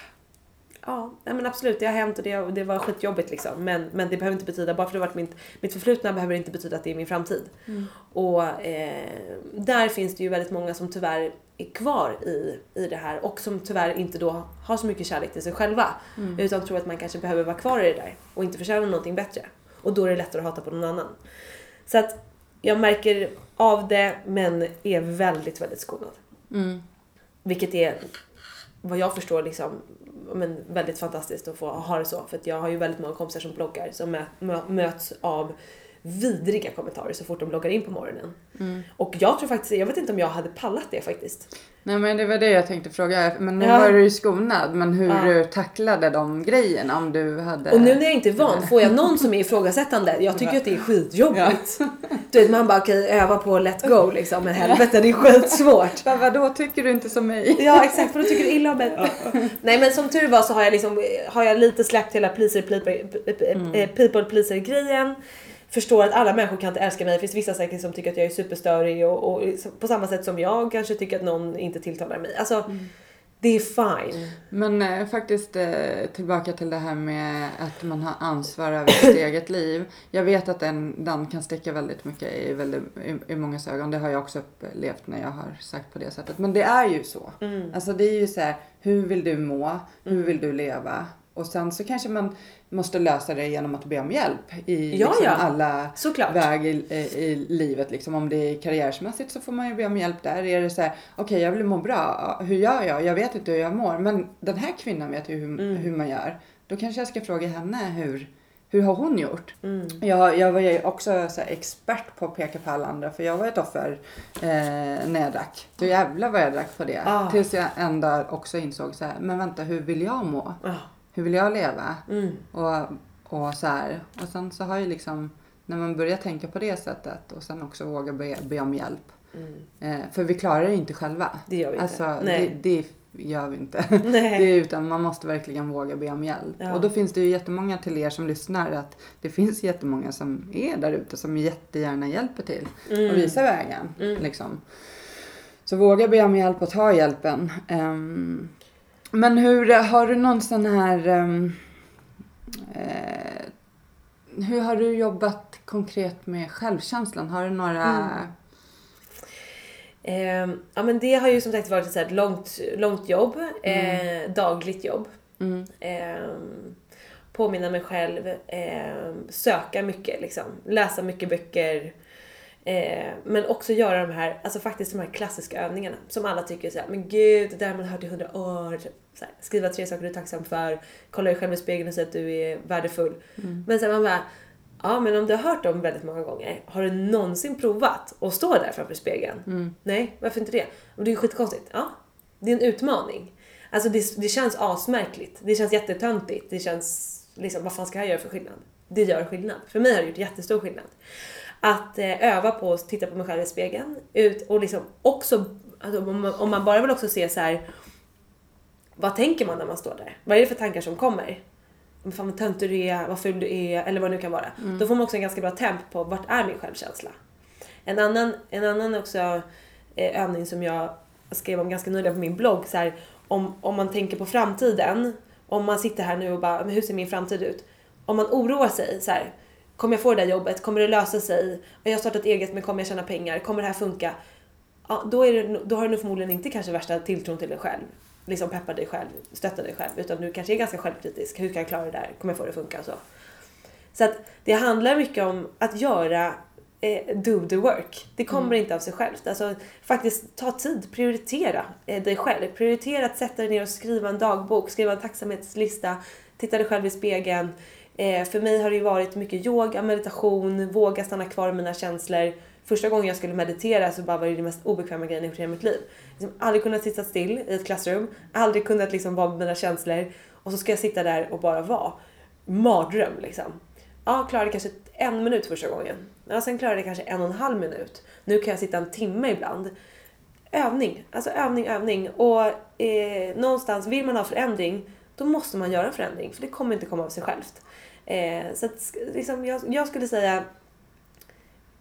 Ja, men absolut, det har hänt och det var skitjobbigt liksom. Men det behöver inte betyda, bara för det har varit mitt förflutna behöver det inte betyda att det är min framtid. Och där finns det ju väldigt många som tyvärr är kvar i det här. Och som tyvärr inte då har så mycket kärlek till sig själva. Utan tror att man kanske behöver vara kvar i det där. Och inte förtjäna någonting bättre. Och då är det lättare att hata på någon annan. Så att jag märker av det, men är väldigt, väldigt skonad. Vilket är, vad jag förstår, liksom, men väldigt fantastiskt att få ha det så. För att jag har ju väldigt många kompisar som bloggar som möts av vidriga kommentarer så fort de loggar in på morgonen. Och jag tror faktiskt, jag vet inte om jag hade pallat det faktiskt. Nej, men det var det jag tänkte fråga. Men nu var du ju skonad. Men hur du tacklade de grejerna om du hade... Och nu när jag inte är van, får jag någon som är ifrågasättande? Jag tycker att det är skitjobbigt. Du vet, man bara kan öva på att let go liksom. Men helvete, det är skitsvårt. Vadå tycker du inte som mig? Ja, exakt. För då tycker du illa om mig. Nej, men som tur var så har jag lite släppt hela people pleaser grejen. Förstår att alla människor kan inte älska mig. Det finns vissa säkert som tycker att jag är superstörig. Och på samma sätt som jag kanske tycker att någon inte tilltalar mig. Alltså, det är fine. Men faktiskt tillbaka till det här med att man har ansvar över sitt eget liv. Jag vet att den kan sticka väldigt mycket i många ögon. Det har jag också upplevt när jag har sagt på det sättet. Men det är ju så. Alltså det är ju så här, hur vill du må? Hur vill du leva? Och sen så kanske man måste lösa det genom att be om hjälp i alla väg i livet. Liksom. Om det är karriärsmässigt så får man ju be om hjälp där. Är det så här, okej, jag vill må bra. Hur gör jag? Jag vet inte hur jag mår. Men den här kvinnan vet ju hur man gör. Då kanske jag ska fråga henne hur har hon gjort? Jag var ju också så här, expert på att peka på alla andra. För jag var ett offer när jag drack. Så jävlar vad jag drack på det. Tills jag en dag också insåg så här, men vänta, hur vill jag må? Hur vill jag leva? Och så här. Och sen så har ju liksom, när man börjar tänka på det sättet och sen också våga be om hjälp. För vi klarar det inte själva. Det gör vi inte. Alltså, det gör vi inte. Utan man måste verkligen våga be om hjälp. Ja. Och då finns det ju jättemånga till er som lyssnar, att det finns jättemånga som är där ute som jättegärna hjälper till och visar vägen. Liksom. Så våga be om hjälp och ta hjälpen. Men har du någon sån här... hur har du jobbat konkret med självkänslan? Har du några... Ja, men det har ju som sagt varit ett så här långt jobb. Dagligt jobb. Påminna mig själv. Söka mycket liksom. Läsa mycket böcker. Men också göra de här klassiska övningarna. Som alla tycker så här, men gud, det där man hört i 100 år. Så här, skriva 3 saker du är tacksam för. Kolla dig själv i spegeln och säga att du är värdefull. Men sen man bara... Ja, men om du har hört dem väldigt många gånger, har du någonsin provat att stå där framför spegeln? Nej, varför inte det? Och det är skitkonstigt. Ja, det är en utmaning. Alltså det känns asmärkligt. Det känns jättetöntigt. Det känns liksom, vad fan ska jag göra för skillnad? Det gör skillnad. För mig har det gjort jättestor skillnad. Att öva på att titta på mig själv i spegeln. Och liksom också, alltså, om man bara vill också se så här, vad tänker man när man står där? Vad är det för tankar som kommer? Fan vad tönt du är, vad ful du är, eller vad det nu kan vara. Då får man också en ganska bra temp på vart är min självkänsla. En annan också övning som jag skrev om ganska nyligen på min blogg. Så här, om man tänker på framtiden, om man sitter här nu och bara, men hur ser min framtid ut? Om man oroar sig, så här, kommer jag få det där jobbet? Kommer det lösa sig? Jag har startat eget, men kommer jag tjäna pengar? Kommer det här funka? Ja, då har du nog förmodligen inte kanske värsta tilltron till dig själv. Liksom peppa dig själv, stötta dig själv, utan du kanske är ganska självkritisk. Hur kan jag klara det där? Kommer jag få det att funka? Så att det handlar mycket om att göra do the work. Det kommer inte av sig självt. Alltså faktiskt ta tid, prioritera dig själv. Prioritera att sätta dig ner och skriva en dagbok, skriva en tacksamhetslista, titta dig själv i spegeln. För mig har det ju varit mycket yoga, meditation, våga stanna kvar i mina känslor. Första gången jag skulle meditera så bara var det mest obekväma grejen i hela mitt liv. Liksom aldrig kunnat sitta still i ett klassrum. Aldrig kunnat liksom vara med mina känslor. Och så ska jag sitta där och bara vara. Mardröm liksom. Ja, klarade kanske 1 minut första gången. Ja, sen klarade jag kanske 1,5 minut. Nu kan jag sitta 1 timme ibland. Övning. Alltså övning. Och någonstans vill man ha förändring. Då måste man göra en förändring. För det kommer inte komma av sig självt. Så att, liksom, jag skulle säga...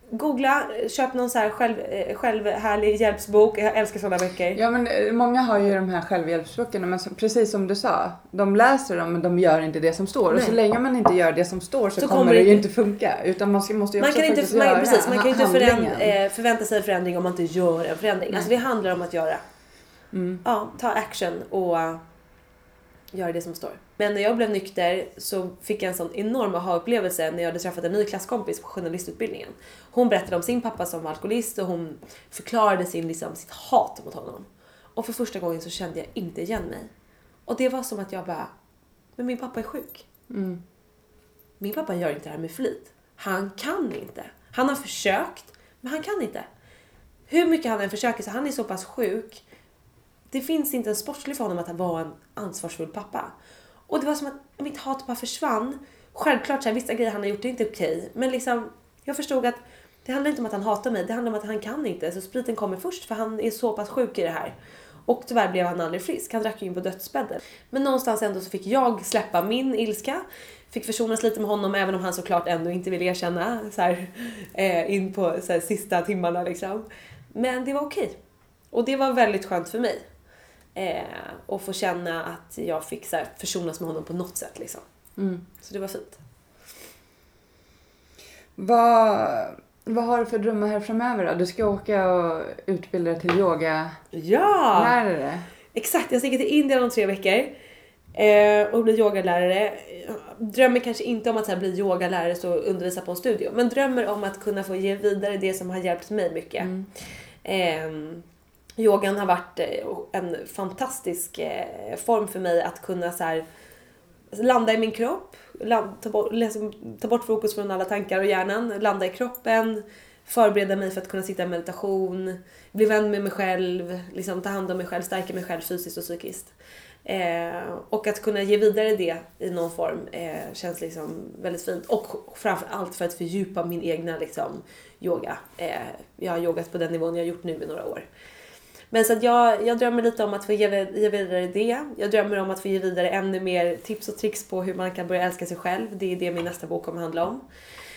googla, köp någon så här självhärlig hjälpsbok. Jag älskar sådana böcker. Ja, men många har ju de här självhjälpsböckerna, men precis som du sa, de läser dem men de gör inte det som står. Nej. Och så länge man inte gör det som står så kommer det ju inte funka. Utan man måste ju också faktiskt göra precis, man kan ju inte förvänta sig en förändring om man inte gör en förändring. Alltså det handlar om att göra. Ta action och göra det som står. Men när jag blev nykter så fick jag en sån enorm aha-upplevelse när jag hade träffat en ny klasskompis på journalistutbildningen. Hon berättade om sin pappa som var alkoholist och hon förklarade sitt hat mot honom. Och för första gången så kände jag inte igen mig. Och det var som att jag bara, men min pappa är sjuk. Min pappa gör inte det här med flit. Han kan inte. Han har försökt, men han kan inte. Hur mycket han än försöker så han är så pass sjuk. Det finns inte en sportslig för honom att han var en ansvarsfull pappa. Och det var som att mitt hat bara försvann. Självklart så här, vissa grejer han har gjort är inte okej. Men liksom, jag förstod att det handlar inte om att han hatar mig. Det handlar om att han kan inte. Så spriten kommer först för han är så pass sjuk i det här. Och tyvärr blev han aldrig frisk. Han drack ju in på dödsbädden. Men någonstans ändå så fick jag släppa min ilska. Fick försonas lite med honom även om han såklart ändå inte ville erkänna. Så här, in på så här, sista timmarna liksom. Men det var okej. Och det var väldigt skönt för mig. Och få känna att jag fick så här, försonas med honom på något sätt liksom. Så det var fint. Vad har du för drömmar här framöver då? Du ska åka och utbilda dig till yoga. Ja! Lärare. Exakt, jag ska till Indien om 3 veckor. Och bli yogalärare. Drömmer kanske inte om att så här, bli yogalärare så undervisa på en studio. Men drömmer om att kunna få ge vidare det som har hjälpt mig mycket. Yogan har varit en fantastisk form för mig att kunna så här, landa i min kropp, ta bort fokus från alla tankar och hjärnan, landa i kroppen, förbereda mig för att kunna sitta i meditation, bli vän med mig själv, liksom ta hand om mig själv, stärka mig själv fysiskt och psykiskt. Och att kunna ge vidare det i någon form känns liksom väldigt fint. Och framförallt för att fördjupa min egna liksom, yoga. Jag har yogat på den nivån jag har gjort nu i några år. Men så att jag drömmer lite om att få ge vidare det. Jag drömmer om att få ge vidare ännu mer tips och tricks på hur man kan börja älska sig själv. Det är det min nästa bok kommer handla om.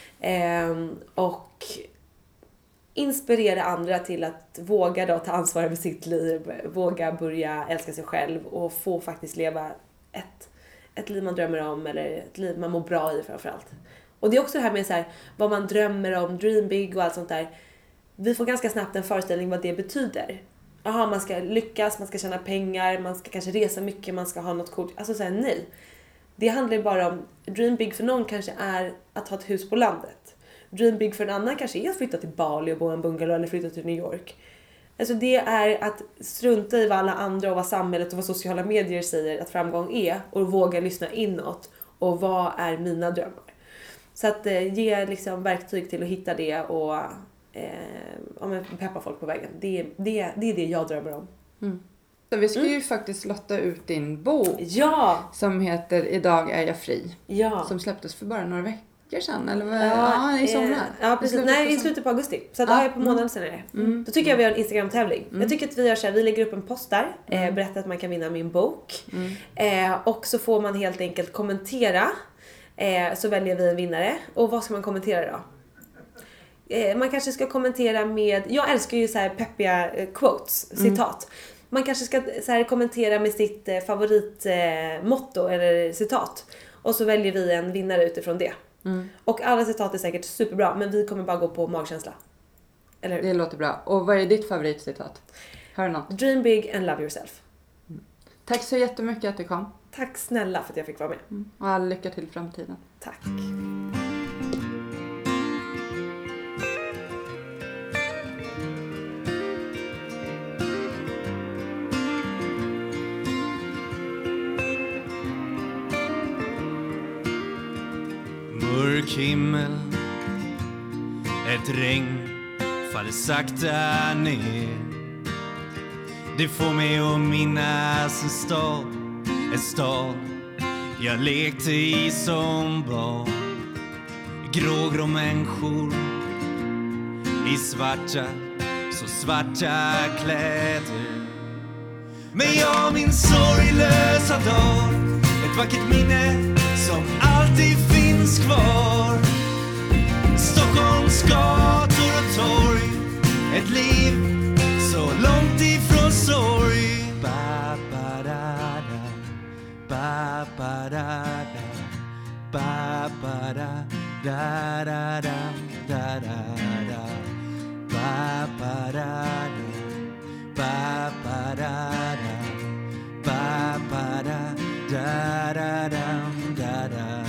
Och inspirera andra till att våga då ta ansvar över sitt liv. Våga börja älska sig själv och få faktiskt leva ett liv man drömmer om. Eller ett liv man mår bra i framförallt. Och det är också det här med så här, vad man drömmer om, dream big och allt sånt där. Vi får ganska snabbt en föreställning vad det betyder. Jaha, man ska lyckas, man ska tjäna pengar, man ska kanske resa mycket, man ska ha något coolt. Alltså så här, nej. Det handlar ju bara om, dream big för någon kanske är att ha ett hus på landet. Dream big för en annan kanske är att flytta till Bali och bo i en bungalow eller flytta till New York. Alltså det är att strunta i vad alla andra och vad samhället och vad sociala medier säger att framgång är. Och våga lyssna inåt. Och vad är mina drömmar? Så att ge liksom verktyg till att hitta det och peppa folk på vägen. Det är det jag drömmer om. Så vi ska ju faktiskt lotta ut din bok. Ja! Som heter Idag är jag fri. Ja. Som släpptes för bara några veckor sedan. Eller i somras. Ja, precis. Nej, i slutet på augusti. Så det har jag på månaden sen är det. Då tycker jag vi har en Instagram-tävling. Jag tycker att vi gör så här, vi lägger upp en post där. Berättar att man kan vinna min bok. Och så får man helt enkelt kommentera. Så väljer vi en vinnare. Och vad ska man kommentera då? Man kanske ska kommentera med... Jag älskar ju så här peppiga quotes, citat. Man kanske ska så här kommentera med sitt favoritmotto eller citat. Och så väljer vi en vinnare utifrån det. Och alla citat är säkert superbra, men vi kommer bara gå på magkänsla. Eller hur? Det låter bra. Och vad är ditt favoritcitat? Har du något? Dream big and love yourself. Tack så jättemycket att du kom. Tack snälla för att jag fick vara med. Och all lycka till framtiden. Tack. Mörk himmel, ett regn faller sakta ner. Det får mig att minnas en stad jag lekte i som barn. Grågrå människor i så svarta kläder. Men jag minns sorglösa dag, ett vackert minne som alltid finns kvar. Stockholms gator ba ba da da da da da da da ba ba da ba ba da ba ba da da da da da.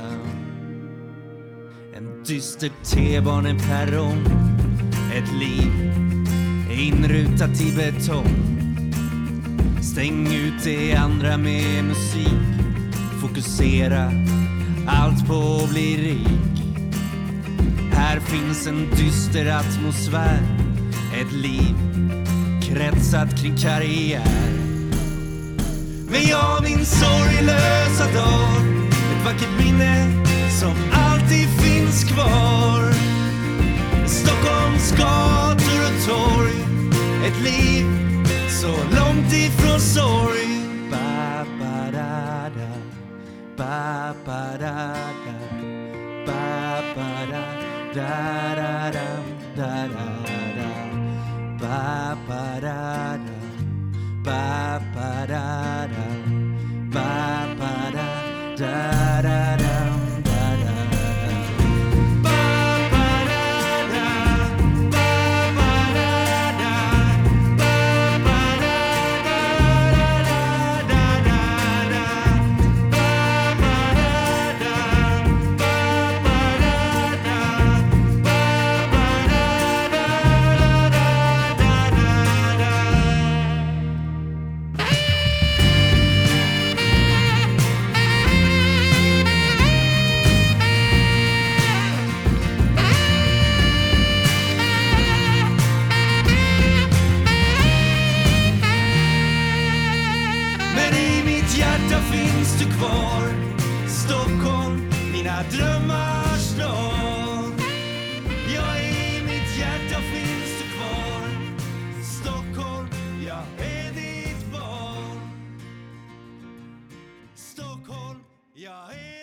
En dyster T-baneperrong, ett liv inrutat i betong. Stäng ut det andra med musik, fokusera allt på att bli rik. Här finns en dyster atmosfär, ett liv kretsat kring karriär. Men jag min sorglösa dag, ett vackert minne som alltid finns kvar. Stockholms gator och torg, ett liv så långt ifrån sorg. Ba ba da da, ba ba da da, ba ba da da da da da, ba ba da da, ba ba da da, ba ba da da da da. Finns du kvar, Stockholm, mina drömmars stad. Ja, i mitt hjärta finns du kvar, Stockholm, jag är ditt barn. Stockholm, jag är